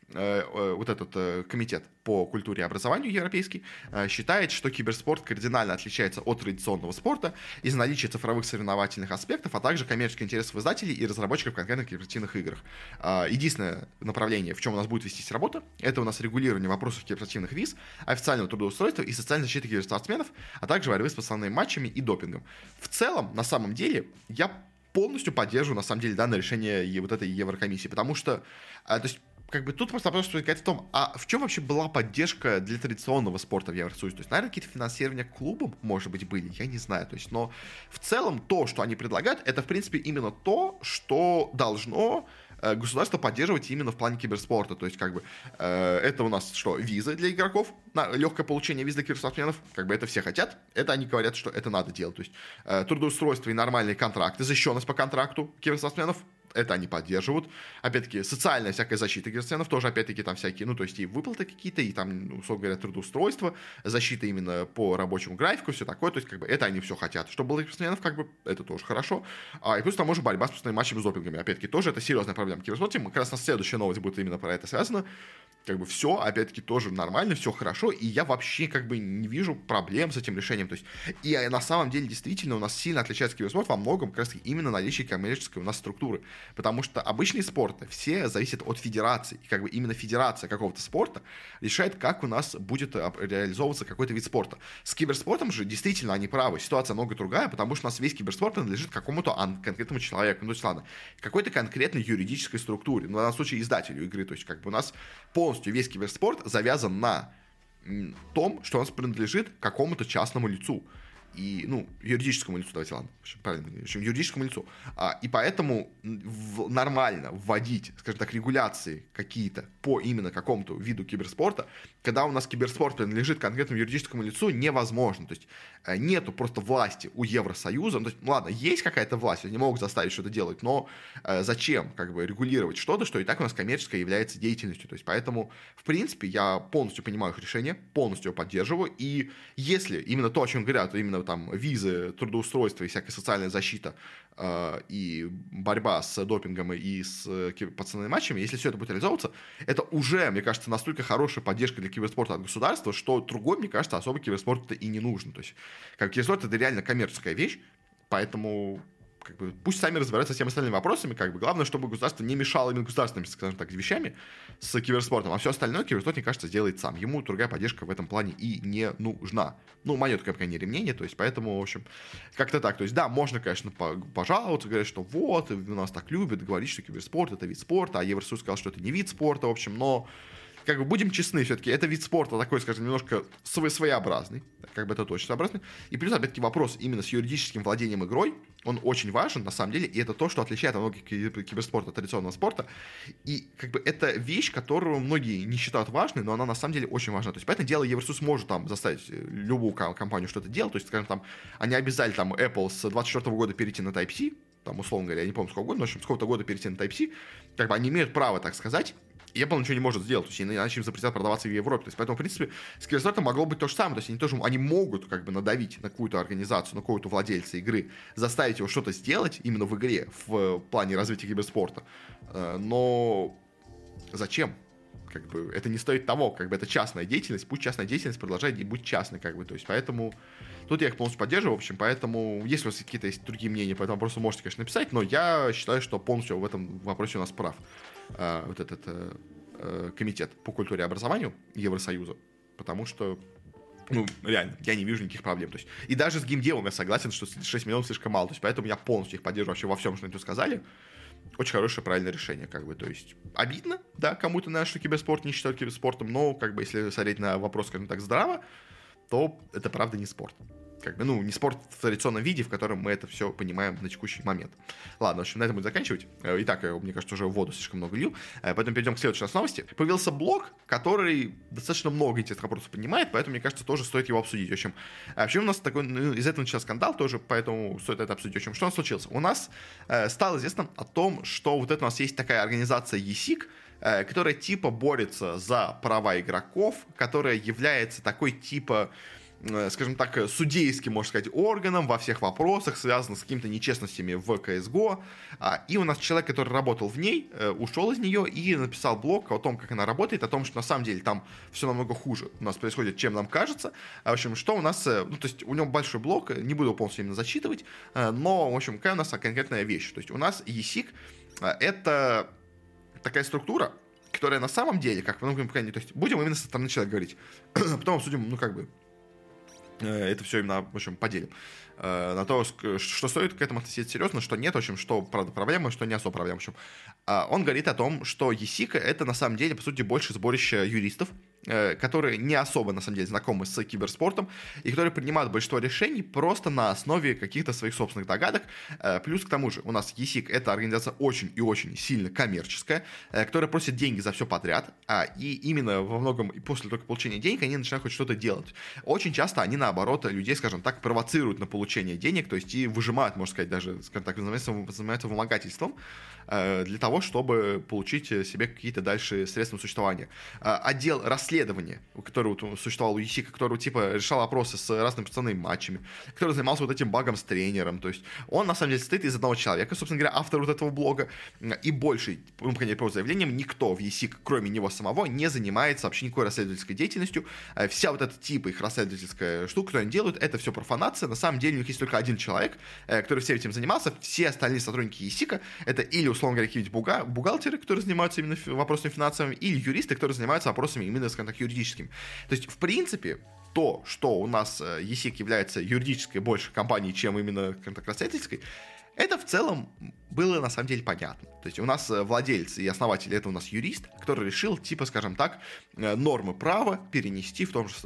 вот этот комитет по культуре и образованию европейский считает, что киберспорт кардинально отличается от традиционного спорта из-за наличия цифровых соревновательных аспектов, а также коммерческих интересов издателей и разработчиков конкретных киберспортивных игр. Единственное направление, в чем у нас будет вестись работа, это у нас регулирование вопросов киберспортивных виз, официального трудоустройства и социальной защиты киберспортсменов, а также борьбы с постоянными матчами и допингом. В целом, на самом деле, я полностью поддерживаю, на самом деле, данное решение вот этой Еврокомиссии, потому что, то есть, как бы тут просто вопрос возникает в том, а в чем вообще была поддержка для традиционного спорта в Евросоюзе? То есть, наверное, какие-то финансирования клубам, может быть, были, я не знаю. То есть, но в целом то, что они предлагают, это, в принципе, именно то, что должно государство поддерживать именно в плане киберспорта. То есть, как бы, это у нас что, визы для игроков, легкое получение виз для киберспортсменов, как бы это все хотят, это они говорят, что это надо делать. То есть, трудоустройство и нормальные контракты, защищенность по контракту киберспортсменов, это они поддерживают. Опять-таки, социальная всякая защита киберспортсменов тоже, опять-таки, там всякие, ну, то есть и выплаты какие-то, и там, условно говоря, трудоустройство, защита именно по рабочему графику, все такое, то есть, как бы, это они все хотят. Чтобы было киберспортсменов, как бы, это тоже хорошо. И плюс там уже борьба с постоянными матчами с допингами. Опять-таки, тоже это серьезная проблема в киберспорте. Как раз на следующая новость будет именно про это связано. Как бы все, опять-таки, тоже нормально, все хорошо, и я вообще, как бы, не вижу проблем с этим решением. То есть, и на самом деле, действительно, у нас сильно отличается киберспорт во многом как раз именно наличие коммерческой у нас структуры. Потому что обычные спорты все зависят от федерации. И как бы именно федерация какого-то спорта решает, как у нас будет реализовываться какой-то вид спорта. С киберспортом же действительно они правы. Ситуация много другая, потому что у нас весь киберспорт принадлежит какому-то конкретному человеку. Ну, то есть, ладно, какой-то конкретной юридической структуре. Ну, в данном случае издателю игры. То есть, как бы у нас полностью весь киберспорт завязан на том, что он принадлежит какому-то частному лицу. И, ну, юридическому лицу, давайте, ладно, правильно, в общем, юридическому лицу. И поэтому нормально вводить, скажем так, регуляции какие-то по именно какому-то виду киберспорта, когда у нас киберспорт принадлежит конкретному юридическому лицу, невозможно. То есть нету просто власти у Евросоюза. То есть, ладно, есть какая-то власть, они могут заставить что-то делать, но зачем, как бы, регулировать что-то, что и так у нас коммерческое является деятельностью. То есть, поэтому, в принципе, я полностью понимаю их решение, полностью его поддерживаю, и если именно то, о чем говорят, именно там визы, трудоустройство и всякая социальная защита и борьба с допингом и с пацанными матчами, если все это будет реализовываться, это уже, мне кажется, настолько хорошая поддержка для киберспорта от государства, что другой, мне кажется, особо киберспорту-то и не нужно. То есть, как киберспорт — это реально коммерческая вещь, поэтому как бы, пусть сами разбираются с теми остальными вопросами, как бы, главное, чтобы государство не мешало именно государственными, скажем так, вещами с киберспортом, а все остальное киберспорт, мне кажется, сделает сам. Ему другая поддержка в этом плане и не нужна. Ну, мое такое, по крайней мере, мнение, то есть, поэтому, в общем, как-то так. То есть, да, можно, конечно, пожаловаться, говорить, что вот, у нас так любят, говорить, что киберспорт — это вид спорта, а Евросоюз сказал, что это не вид спорта, в общем, но как бы будем честны, все-таки это вид спорта такой, скажем, немножко своеобразный, как бы это точно своеобразный. И плюс, опять-таки, вопрос именно с юридическим владением игрой, он очень важен, на самом деле, и это то, что отличает многих киберспорта от традиционного спорта. И как бы это вещь, которую многие не считают важной, но она на самом деле очень важна. То есть, поэтому дело, Евросоюз может там заставить любую компанию что-то делать, то есть, скажем, там, они обязали там Apple с 24 года перейти на Type-C, там, условно говоря, я не помню, сколько года, но, в общем, с какого-то года перейти на Type-C, как бы они имеют право, так сказать, и Apple ничего не может сделать, то есть иначе им запретят продаваться в Европе. То есть, поэтому, в принципе, с киберспортом могло быть то же самое. То есть они могут как бы надавить на какую-то организацию, на какого-то владельца игры, заставить его что-то сделать именно в игре, в плане развития киберспорта. Но зачем? Как бы это не стоит того, как бы это частная деятельность, пусть частная деятельность продолжает быть частной, как бы, то есть, поэтому тут я их полностью поддерживаю, в общем, поэтому, если у вас какие-то есть другие мнения по этому вопросу, можете, конечно, написать, но я считаю, что полностью в этом вопросе у нас прав вот этот комитет по культуре и образованию Евросоюза, потому что, ну, реально, я не вижу никаких проблем. То есть, и даже с геймдевом я согласен, что 6 миллионов слишком мало, то есть, поэтому я полностью их поддерживаю вообще во всем, что они тут сказали. Очень хорошее, правильное решение, как бы, то есть, обидно, да, кому-то, наверное, что киберспорт не считают киберспортом, но, как бы, если смотреть на вопрос, скажем так, здраво, то это, правда, не спорт. Как бы, ну, не спорт в традиционном виде, в котором мы это все понимаем на текущий момент. Ладно, в общем, на этом будем заканчивать. Итак, мне кажется, уже в воду слишком много лил. Поэтому перейдем к следующей новости. Появился блог, который достаточно много интересных вопросов поднимает, поэтому, мне кажется, тоже стоит его обсудить. В общем, вообще у нас такой, ну, из этого начался скандал тоже, поэтому стоит это обсудить. В общем, что у нас случилось? У нас стало известно о том, что вот это у нас есть такая организация ESIC, которая типа борется за права игроков, которая является такой типа, скажем так, судейским, можно сказать, органом во всех вопросах, связанных с какими-то нечестностями в CSGO. И у нас человек, который работал в ней, ушел из нее и написал блог о том, как она работает, о том, что на самом деле там все намного хуже у нас происходит, чем нам кажется. В общем, что у нас, ну, то есть у него большой блог, не буду его полностью именно зачитывать, но, в общем, какая у нас конкретная вещь. То есть у нас ESIC — это такая структура, которая на самом деле, как мы говорим, то есть будем именно со стороны человека говорить, потом обсудим, ну, как бы, это все именно, в общем, поделим на то, что стоит к этому относиться серьезно, что нет, в общем, что, правда, проблема, что не особо проблема. В общем, он говорит о том, что ESIC — это, на самом деле, по сути, больше сборище юристов, которые не особо, на самом деле, знакомы с киберспортом, и которые принимают большинство решений просто на основе каких-то своих собственных догадок. Плюс, к тому же, у нас ESIC — это организация очень и очень сильно коммерческая, которая просит деньги за все подряд, и именно во многом после только получения денег они начинают хоть что-то делать. Очень часто они, наоборот, людей, скажем так, провоцируют на получение денег, то есть и выжимают, можно сказать, даже, скажем так, занимаются вымогательством для того, чтобы получить себе какие-то дальше средства существования. Отдел расследования, который существовал у ESIC, который типа решал вопросы с разными пацанными матчами, который занимался вот этим багом с тренером, то есть он на самом деле состоит из одного человека, собственно говоря, автор вот этого блога, и больше, ну, по крайней мере, по заявлениям, никто в ESIC, кроме него самого, не занимается вообще никакой расследовательской деятельностью. Вся вот эта типа их расследовательская штука, которую они делают, это все профанация. На самом деле у них есть только один человек, который всем этим занимался. Все остальные сотрудники ESIC это или, условно говоря, какие-нибудь бухгалтеры, которые занимаются именно вопросами финансовыми, или юристы, которые занимаются вопросами именно, скажем так, юридическими. То есть, в принципе, то, что у нас ESIC является юридической больше компанией, чем именно, скажем так, расследовательской, это в целом было на самом деле понятно. То есть у нас владелец и основатель — это у нас юрист, который решил, типа, скажем так, нормы права перенести в том же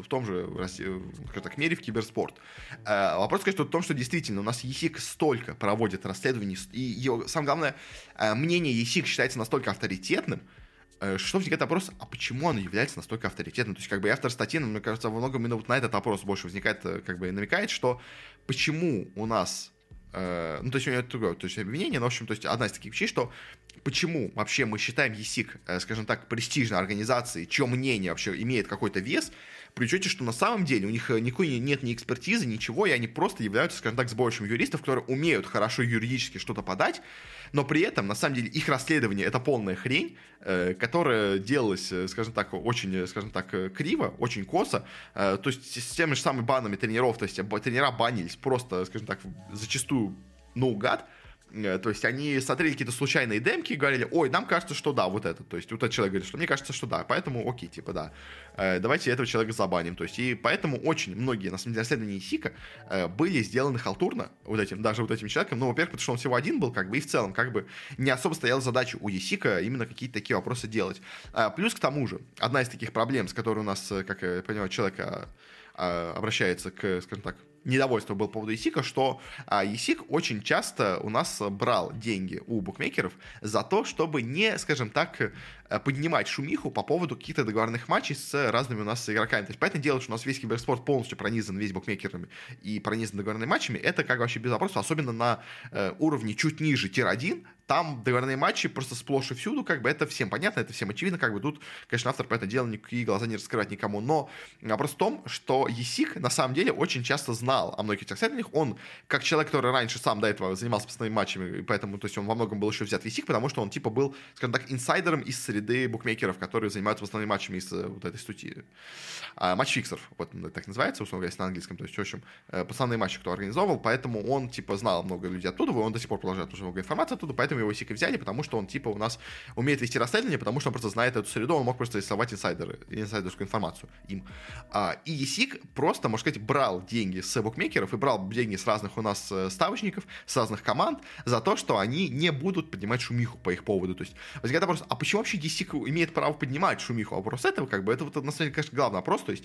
скажем так, мере в киберспорт. Вопрос, конечно, в том, что действительно у нас ESIC столько проводит расследований, и ее, самое главное, мнение ESIC считается настолько авторитетным, что возникает вопрос, а почему оно является настолько авторитетным? То есть, как бы, автор статьи, мне кажется, во многом именно вот на этот вопрос больше возникает, как бы, намекает, что почему у нас... ну, то есть у него другое, то есть обвинение, но, в общем, то есть одна из таких вещей, что почему вообще мы считаем ESIC, скажем так, престижной организацией, чье мнение вообще имеет какой-то вес, при учете, что на самом деле у них никакой нет ни экспертизы, ничего, и они просто являются, скажем так, сборищем юристов, которые умеют хорошо юридически что-то подать, но при этом, на самом деле, их расследование — это полная хрень, которая делалась, скажем так, очень, скажем так, криво, очень косо, то есть с теми же самыми банами тренеров, то есть тренера банились просто, скажем так, зачастую наугад. То есть они смотрели какие-то случайные демки и говорили: ой, нам кажется, что да, вот это. То есть вот этот человек говорит, что мне кажется, что да, поэтому окей, типа да, давайте этого человека забаним. То есть и поэтому очень многие, на самом деле, расследования ESIC были сделаны халтурно вот этим, даже вот этим человеком. Ну, во-первых, потому что он всего один был, как бы, и в целом, как бы, не особо стояла задача у ESIC именно какие-то такие вопросы делать. Плюс к тому же, одна из таких проблем, с которой у нас, как я понимаю, человек обращается к, скажем так, недовольство было по поводу ESIC, что ESIC очень часто у нас брал деньги у букмекеров за то, чтобы не, скажем так, поднимать шумиху по поводу каких-то договорных матчей с разными у нас игроками. То есть, понятное дело, что у нас весь киберспорт полностью пронизан весь букмекерами и пронизан договорными матчами. Это как вообще без вопросов, особенно на уровне чуть ниже тир-1, там договорные матчи просто сплошь и всюду, как бы это всем понятно, это всем очевидно, как бы тут, конечно, автор, по этому делу, никакие глаза не раскрывать никому, но вопрос в том, что ESIC на самом деле очень часто знал о многих этих расследованиях. Он, как человек, который раньше сам до этого занимался постоянными матчами, и поэтому, то есть он во многом был еще взят в ESIC, потому что он типа был, скажем так, инсайдером из среды букмекеров, которые занимаются постоянными матчами из вот этой студии. Матчфиксеров, вот так называется, условно говоря, на английском, то есть, в общем, постоянные матчи, кто организовывал, поэтому он, типа, знал много людей оттуда, он до сих пор продолжает уже много информации оттуда, поэтому его ESIC взяли, потому что он, типа, у нас умеет вести расследование, потому что он просто знает эту среду, он мог просто рисовать инсайдерскую информацию им. И ESIC просто, можно сказать, брал деньги с букмекеров и брал деньги с разных у нас ставочников, с разных команд за то, что они не будут поднимать шумиху по их поводу. То есть возникает вопрос, а почему вообще ESIC имеет право поднимать шумиху? А вопрос этого, как бы, это вот, на самом деле, конечно, главный вопрос. То есть,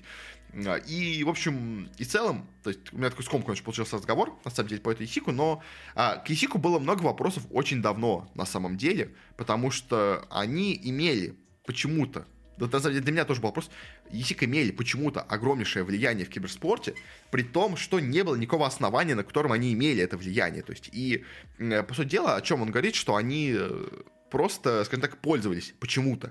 и, в общем, и в целом, то есть у меня такой скомканный получился разговор, на самом деле, по этой ESIC, но к ESIC было много вопросов очень давно, на самом деле, потому что они имели почему-то, да, на самом деле, для меня тоже был вопрос, ESIC имели почему-то огромнейшее влияние в киберспорте, при том, что не было никакого основания, на котором они имели это влияние. То есть, и, по сути дела, о чем он говорит, что они просто, скажем так, пользовались почему-то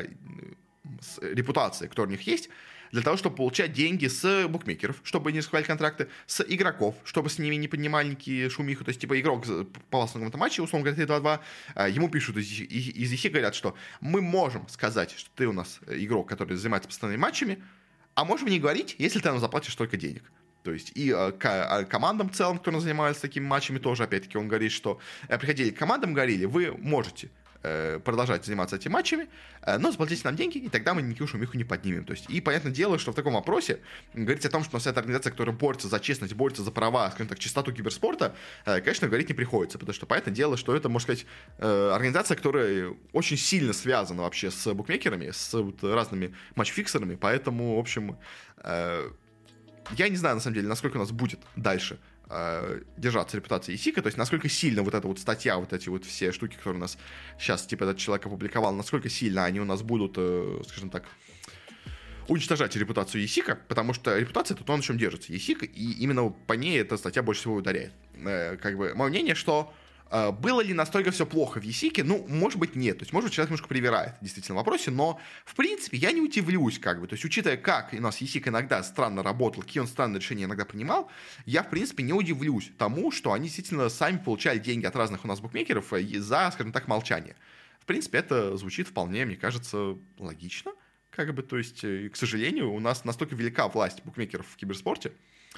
с репутацией, которая у них есть, для того, чтобы получать деньги с букмекеров, чтобы не раскрывали контракты, с игроков, чтобы с ними не поднимали никакие шумиху. То есть, типа, игрок попал в каком-то матче, условно говоря, 3-2-2, ему пишут из ESIC, говорят, что мы можем сказать, что ты у нас игрок, который занимается постоянными матчами, а можем не говорить, если ты нам заплатишь столько денег. То есть и командам в целом, которые занимаются такими матчами, тоже, опять-таки, он говорит, что приходили к командам, говорили, вы можете продолжать заниматься этими матчами, но заплатите нам деньги, и тогда мы никакую шумиху не поднимем. То есть, и понятное дело, что в таком вопросе говорить о том, что у нас это организация, которая борется за честность, борется за права, скажем так, чистоту киберспорта, конечно, говорить не приходится, потому что понятное дело, что это, можно сказать, организация, которая очень сильно связана вообще с букмекерами, с вот разными матч-фиксерами, поэтому, в общем, я не знаю, на самом деле, насколько у нас будет дальше держаться репутация ИСИКа, то есть насколько сильно вот эта вот статья, вот эти вот все штуки, которые у нас сейчас, типа, этот человек опубликовал, насколько сильно они у нас будут, скажем так, уничтожать репутацию ИСИКа, потому что репутация — это то, на чем держится ИСИК, и именно по ней эта статья больше всего ударяет. Как бы, мое мнение, что было ли настолько все плохо в ЕСИКе? Ну, может быть, нет. То есть, может быть, человек немножко привирает, действительно, в вопросе, но, в принципе, я не удивлюсь, как бы. То есть, учитывая, как у нас ЕСИК иногда странно работал, какие он странные решения иногда принимал, я, в принципе, не удивлюсь тому, что они действительно сами получали деньги от разных у нас букмекеров за, скажем так, молчание. В принципе, это звучит вполне, мне кажется, логично. Как бы, то есть, к сожалению, у нас настолько велика власть букмекеров в киберспорте,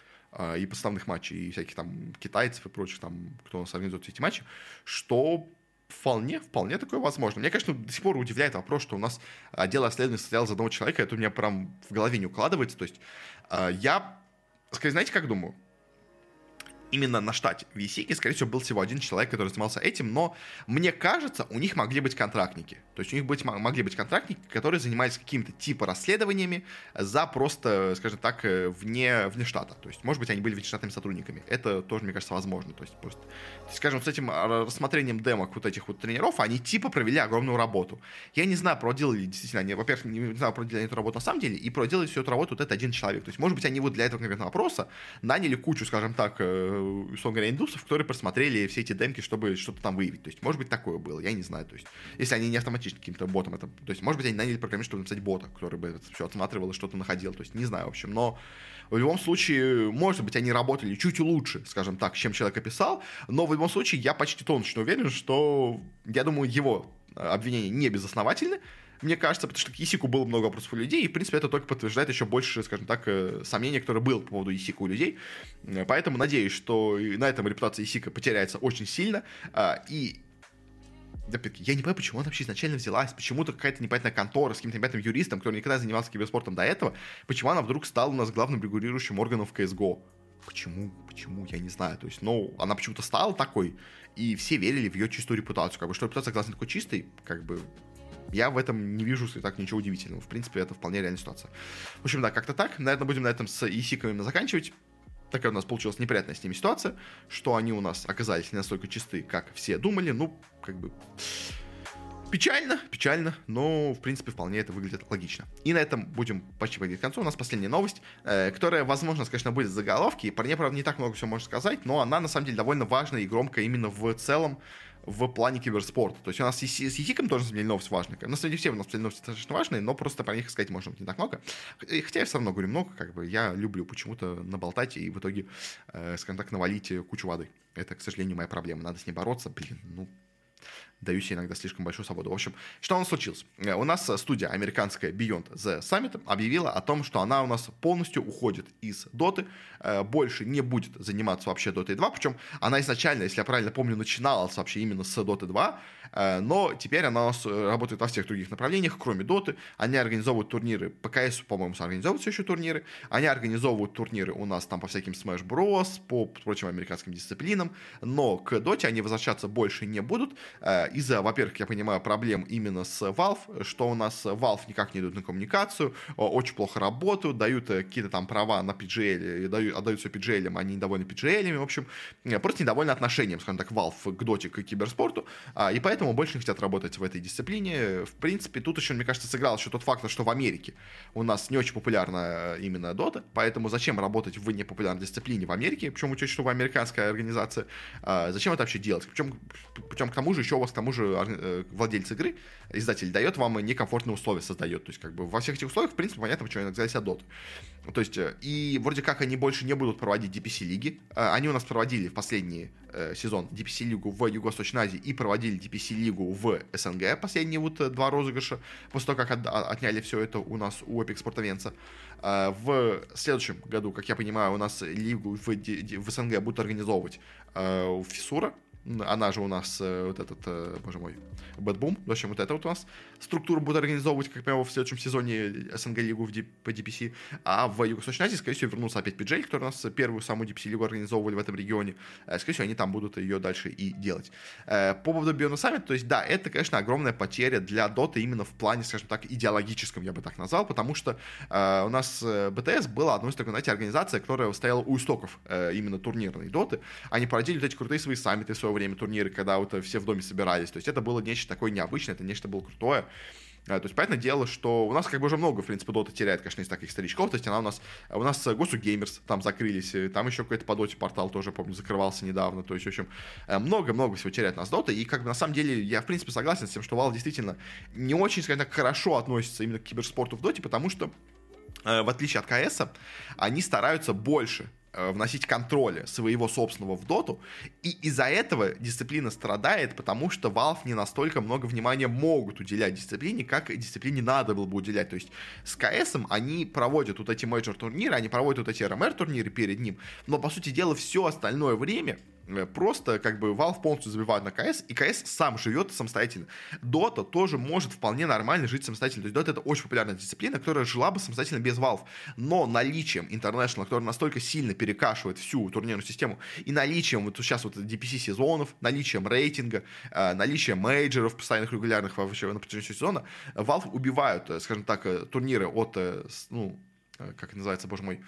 и подставных матчей, и всяких там китайцев и прочих, там, кто у нас организует эти матчи, что вполне такое возможно. Меня, конечно, до сих пор удивляет вопрос, что у нас дело расследования состоялось за одного человека, это у меня прям в голове не укладывается, то есть я, скорее, знаете, как думаю? Именно на штате в ЕСИКе, скорее всего, был всего один человек, который занимался этим, но мне кажется, у них могли быть контрактники. То есть у них могли быть контрактники, которые занимались какими-то типа расследованиями за просто, скажем так, вне штата. То есть, может быть, они были внештатными сотрудниками. Это тоже, мне кажется, возможно. То есть, просто, скажем, с этим рассмотрением демок вот этих вот тренеров, они типа провели огромную работу. Я не знаю, проделали действительно они, во-первых, не знаю, проделали эту работу на самом деле, и проделали всю эту работу вот этот один человек. То есть, может быть, они вот для этого конкретного вопроса наняли кучу, скажем так, условно говоря, индусов, которые просмотрели все эти демки, чтобы что-то там выявить. То есть, может быть, такое было, я не знаю. То есть, если они не автоматически каким-то ботом это... То есть, может быть, они наняли программиста, чтобы написать бота, который бы это все отсматривал и что-то находил. То есть, не знаю, в общем. Но в любом случае, может быть, они работали чуть лучше, скажем так, чем человек описал. Но в любом случае, я почти точно уверен, что, я думаю, его обвинения не безосновательны. Мне кажется, потому что к ЕСИКу было много вопросов у людей, и, в принципе, это только подтверждает еще больше, скажем так, сомнений, которые было по поводу ЕСИКа у людей. Поэтому надеюсь, что на этом репутация ЕСИКа потеряется очень сильно. И опять-таки, я не понимаю, почему она вообще изначально взялась, почему-то какая-то непонятная контора с каким-то непонятным юристом, который никогда не занимался киберспортом до этого, почему она вдруг стала у нас главным регулирующим органом в CSGO. Почему? Я не знаю. То есть, ну, она почему-то стала такой, и все верили в ее чистую репутацию. Как бы, что репутация оказалась такой чистой, как бы... Я в этом не вижу так ничего удивительного. В принципе, это вполне реальная ситуация. В общем, да, как-то так. Наверное, будем на этом с ИСИКами заканчивать. Такая у нас получилась неприятная с ними ситуация, что они у нас оказались не настолько чисты, как все думали. Ну, как бы... Печально, но, в принципе, вполне это выглядит логично. И на этом будем почти подходить к концу. У нас последняя новость, которая, возможно, конечно, будет в заголовке. И про нее, правда, не так много всего можно сказать, но она, на самом деле, довольно важная и громкая именно в целом в плане киберспорта. То есть у нас с ЕСИКом тоже, на самом деле, новость важная. На самом деле, все у нас новости достаточно важные, но просто про них сказать, может быть, не так много. Хотя я все равно говорю много, как бы я люблю почему-то наболтать и в итоге, скажем так, навалить кучу воды. Это, к сожалению, моя проблема. Надо с ней бороться. Даю себе иногда слишком большую свободу. В общем, что у нас случилось? У нас студия американская Beyond the Summit объявила о том, что она у нас полностью уходит из Доты, больше не будет заниматься вообще Дотой 2, причем она изначально, если я правильно помню, начиналась вообще именно с Доты 2, но теперь она у нас работает во всех других направлениях, кроме Доты. Они организовывают турниры, по КС, по-моему, организовывают все еще турниры, они организовывают турниры у нас там по всяким Smash Bros, по прочим американским дисциплинам, но к Доте они возвращаться больше не будут, из-за, во-первых, я понимаю, проблем именно с Valve, что у нас Valve никак не идут на коммуникацию, очень плохо работают, дают какие-то там права на PGL, отдают все PGL, они недовольны PGL, в общем, просто недовольны отношением, скажем так, Valve к доте, к киберспорту, и поэтому больше не хотят работать в этой дисциплине. В принципе, тут еще, мне кажется, сыграл еще тот факт, что в Америке у нас не очень популярна именно дота, поэтому зачем работать в непопулярной дисциплине в Америке, причем учесть, что вы американская организация, зачем это вообще делать? Причем к тому же еще у вас, к тому же, владелец игры, издатель, дает вам некомфортные условия, создает. То есть, как бы, во всех этих условиях, в принципе, понятно, почему они взялись от доты. То есть, и вроде как они больше не будут проводить DPC-лиги. Они у нас проводили в последний сезон DPC-лигу в Юго-Восточной Азии и проводили DPC-лигу в СНГ, последние вот 2 розыгрыша, после того, как отняли все это у нас у Epic Спортовенца. В следующем году, как я понимаю, у нас лигу в СНГ будут организовывать Фиссура, она же у нас вот этот, боже мой, Bad Boom, в общем, вот это вот у нас структура будет организовывать, как прямо в следующем сезоне СНГ-лигу по DPC, а в Юго-Восточной Азии, скорее всего, вернутся опять PGL, который у нас первую самую DPC-лигу организовывали в этом регионе, скорее всего, они там будут ее дальше и делать. По поводу Beyond Summit, то есть, да, это, конечно, огромная потеря для Dota именно в плане, скажем так, идеологическом, я бы так назвал, потому что у нас BTS была одной из такой, знаете, организаций, которая стояла у истоков именно турнирной Доты. Они проводили вот эти крутые свои саммиты в свое время, турниры, когда вот все в доме собирались. То есть это было нечто такое необычное, это нечто было крутое. То есть, понятное дело, что у нас как бы уже много, в принципе, Дота теряет, конечно, из таких старичков. То есть у нас Госу Геймерс там закрылись, там еще какой-то по Доте портал тоже, помню, закрывался недавно. То есть, в общем, много-много всего теряет нас Дота. И как бы на самом деле я, в принципе, согласен с тем, что Valve действительно не очень, скажем так, хорошо относится именно к киберспорту в Доте, потому что, в отличие от КС, они стараются больше вносить контроля своего собственного в доту, и из-за этого дисциплина страдает, потому что Valve не настолько много внимания могут уделять дисциплине, как дисциплине надо было бы уделять. То есть с CS они проводят вот эти мейджор-турниры, они проводят вот эти RMR-турниры перед ним, но, по сути дела, все остальное время просто как бы Valve полностью забивает на CS, и CS сам живет самостоятельно. Dota тоже может вполне нормально жить самостоятельно. То есть Dota — это очень популярная дисциплина, которая жила бы самостоятельно без Valve. Но наличием International, который настолько сильно перекашивает всю турнирную систему, и наличием вот сейчас вот DPC-сезонов, наличием рейтинга, наличием мейджоров постоянных, регулярных вообще на протяжении сезона, Valve убивают, скажем так, турниры от, ну, как это называется, боже мой,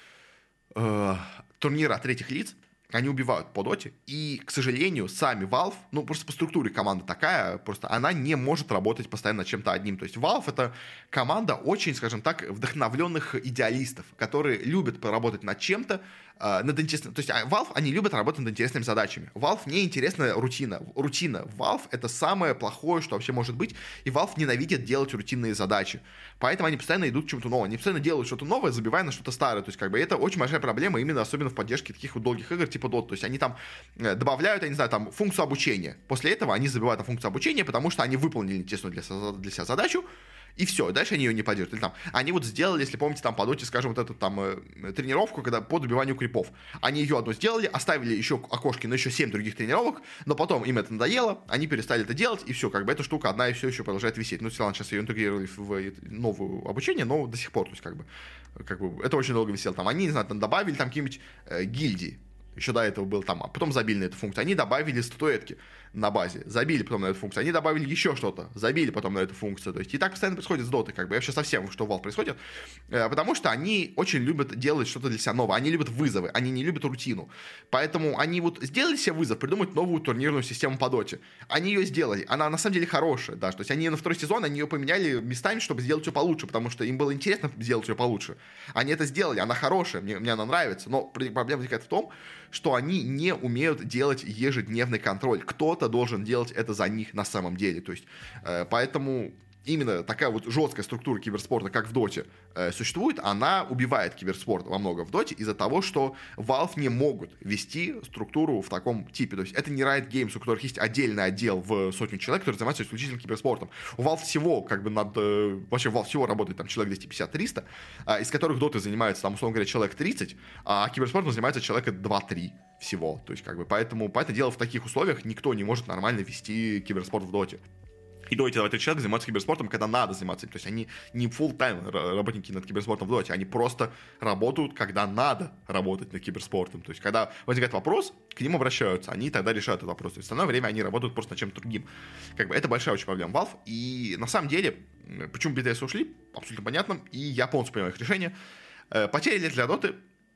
турниры от третьих лиц. Они убивают по доте, и, к сожалению, сами Valve, ну, просто по структуре команда такая, просто она не может работать постоянно над чем-то одним. То есть Valve — это команда очень, скажем так, вдохновленных идеалистов, которые любят поработать над чем-то, над интересным... То есть Valve, они любят работать над интересными задачами. Valve не интересна рутина. Рутина Valve — это самое плохое, что вообще может быть, и Valve ненавидит делать рутинные задачи. Поэтому они постоянно идут к чему-то новому. Они постоянно делают что-то новое, забивая на что-то старое. То есть, как бы, это очень большая проблема, именно особенно в поддержке таких вот долгих игр, типа Dota. То есть, они там добавляют, я не знаю, там, функцию обучения. После этого они забивают на функцию обучения, потому что они выполнили тесную для себя задачу, и все, дальше они ее не поддержат. Или там, они вот сделали, если помните, там по доте, скажем, вот эту там тренировку, когда по добиванию крипов. Они ее одну сделали, оставили еще окошки на еще 7 других тренировок, но потом им это надоело, они перестали это делать, и все, как бы эта штука одна и все еще продолжает висеть. Ну, все равно сейчас ее интегрировали в новое обучение, но до сих пор, то есть как бы это очень долго висело. Там они, не знаю, там добавили там какие-нибудь гильдии. Еще до этого был там, а потом забили на эту функцию. Они добавили статуэтки на базе, забили потом на эту функцию. Они добавили еще что-то, забили потом на эту функцию. То есть и так постоянно происходит с дотой, как бы. Я вообще совсем, что в Valve происходит. Потому что они очень любят делать что-то для себя новое. Они любят вызовы, они не любят рутину. Поэтому они вот сделали себе вызов, придумать новую турнирную систему по доте. Они ее сделали. Она на самом деле хорошая, да. То есть они на второй сезон, они ее поменяли местами, чтобы сделать ее получше, потому что им было интересно сделать ее получше. Они это сделали, она хорошая, мне она нравится. Но проблема возникает в том, что они не умеют делать ежедневный контроль. Кто-то должен делать это за них на самом деле. То есть, поэтому именно такая вот жесткая структура киберспорта, как в Доте, существует, она убивает киберспорт во много в Доте из-за того, что Valve не могут вести структуру в таком типе. То есть это не Riot Games, у которых есть отдельный отдел в сотню человек, который занимается исключительно киберспортом. У Valve всего, как бы вообще Valve всего работает там человек 250-300, из которых Доты занимается, там, условно говоря, человек 30, а киберспортом занимается человека 2-3 всего. То есть, как бы, поэтому, понятное дело, в таких условиях никто не может нормально вести киберспорт в Доте. И до этого человек занимается киберспортом, когда надо заниматься им. То есть они не full-time работники над киберспортом в доте, они просто работают, когда надо работать над киберспортом. То есть когда возникает вопрос, к ним обращаются, они тогда решают этот вопрос. То есть в остальное время они работают просто над чем-то другим. Как бы это большая очень проблема Valve. И на самом деле, почему BTS ушли, абсолютно понятно, и я полностью понимаю их решение. Потери для доты,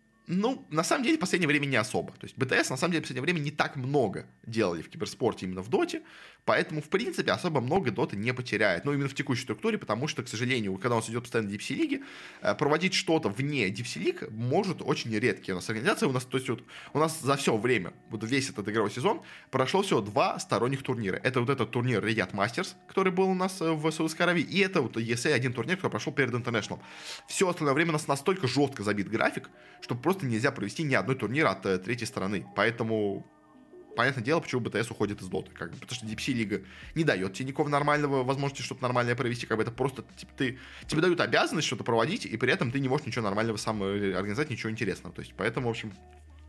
ну, на самом деле, в последнее время не особо. То есть BTS, на самом деле, в последнее время не так много делали в киберспорте именно в доте, поэтому, в принципе, особо много доты не потеряет. Ну, именно в текущей структуре, потому что, к сожалению, когда у нас идет постоянно DPC-лиги, проводить что-то вне DPC-лиг может очень редкие у нас организации. У нас, то есть, вот, у нас за все время, вот весь этот игровой сезон, прошло всего 2 сторонних турнира. Это вот этот турнир Riyadh Masters, который был у нас в Саудовской Аравии, и это вот ESA один турнир, который прошел перед International. Все остальное время у нас настолько жестко забит график, что просто нельзя провести ни одной турнир от третьей стороны. Поэтому понятное дело, почему BTS уходит из доты. Как бы, потому что DPC-лига не дает тебе никакого нормального возможности что-то нормальное провести. Как бы это просто тебе дают обязанность что-то проводить, и при этом ты не можешь ничего нормального сам организовать, ничего интересного. То есть, поэтому, в общем,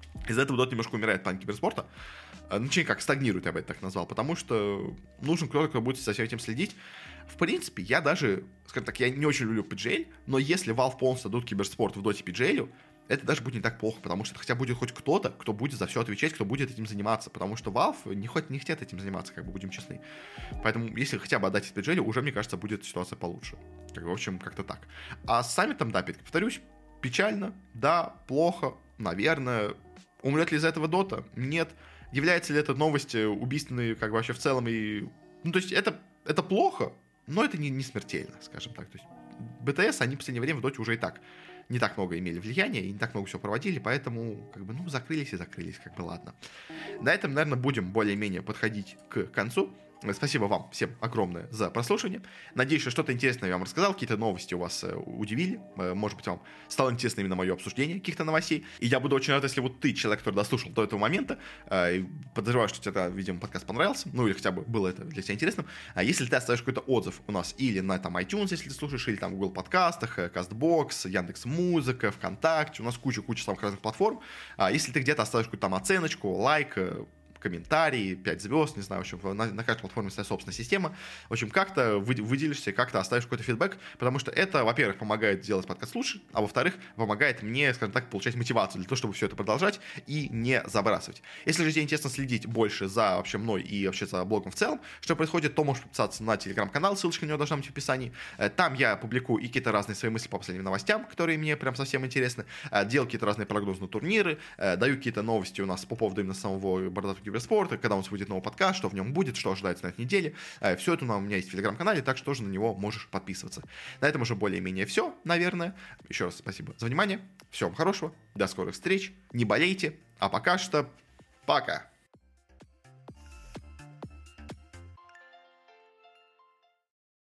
Из-за этого Dota немножко умирает план киберспорта. Точнее, как стагнирует, я бы это так назвал, потому что нужен кто-то, кто будет за всем этим следить. В принципе, я даже, скажем так, я не очень люблю PGL, но если Valve полностью дадут киберспорт в Dota PGL, это даже будет не так плохо, потому что хотя будет хоть кто-то, кто будет за все отвечать, кто будет этим заниматься, потому что Valve не хотят этим заниматься, как бы будем честны. Поэтому, если хотя бы отдать PGL, уже, мне кажется, будет ситуация получше. В общем, как-то так. А с саммитом, да, повторюсь, печально, да, плохо, наверное. Умрет ли из-за этого Dota? Нет. Является ли это новость убийственной, как бы вообще в целом? Ну, то есть, это плохо, но это не смертельно, скажем так. То есть, БТС, они в последнее время в Доте уже и так не так много имели влияния и не так много всего проводили, поэтому, как бы, ну, закрылись, как бы, ладно. На этом, наверное, будем более-менее подходить к концу. Спасибо вам всем огромное за прослушивание. Надеюсь, что что-то интересное я вам рассказал, какие-то новости у вас удивили. Может быть, вам стало интересно именно мое обсуждение каких-то новостей. И я буду очень рад, если вот ты, человек, который дослушал до этого момента, подозреваю, что тебе, видимо, подкаст понравился, ну или хотя бы было это для тебя интересным. А если ты оставишь какой-то отзыв у нас или на там iTunes, если ты слушаешь, или там в Google подкастах, CastBox, Яндекс.Музыка, ВКонтакте, у нас куча самых разных платформ. Если ты где-то оставишь какую-то там оценочку, лайк, комментарии, 5 звезд, не знаю, в общем, на каждой платформе своя собственная система. В общем, как-то выделишься, как-то оставишь какой-то фидбэк, потому что это, во-первых, помогает делать подкаст лучше, а во-вторых, помогает мне, скажем так, получать мотивацию для того, чтобы все это продолжать и не забрасывать. Если же тебе интересно следить больше за вообще мной и вообще за блогом в целом, что происходит, то можешь подписаться на телеграм-канал, ссылочка на него должна быть в описании. Там я публикую и какие-то разные свои мысли по последним новостям, которые мне прям совсем интересны, делаю какие-то разные прогнозы на турниры, даю какие-то новости у нас по поводу именно самого бородатого киберспорта, когда у нас выйдет новый подкаст, что в нем будет, что ожидается на этой неделе. Все это у меня есть в телеграм-канале, так что тоже на него можешь подписываться. На этом уже более-менее все, наверное. Еще раз спасибо за внимание. Всего вам хорошего, до скорых встреч, не болейте, а пока что пока.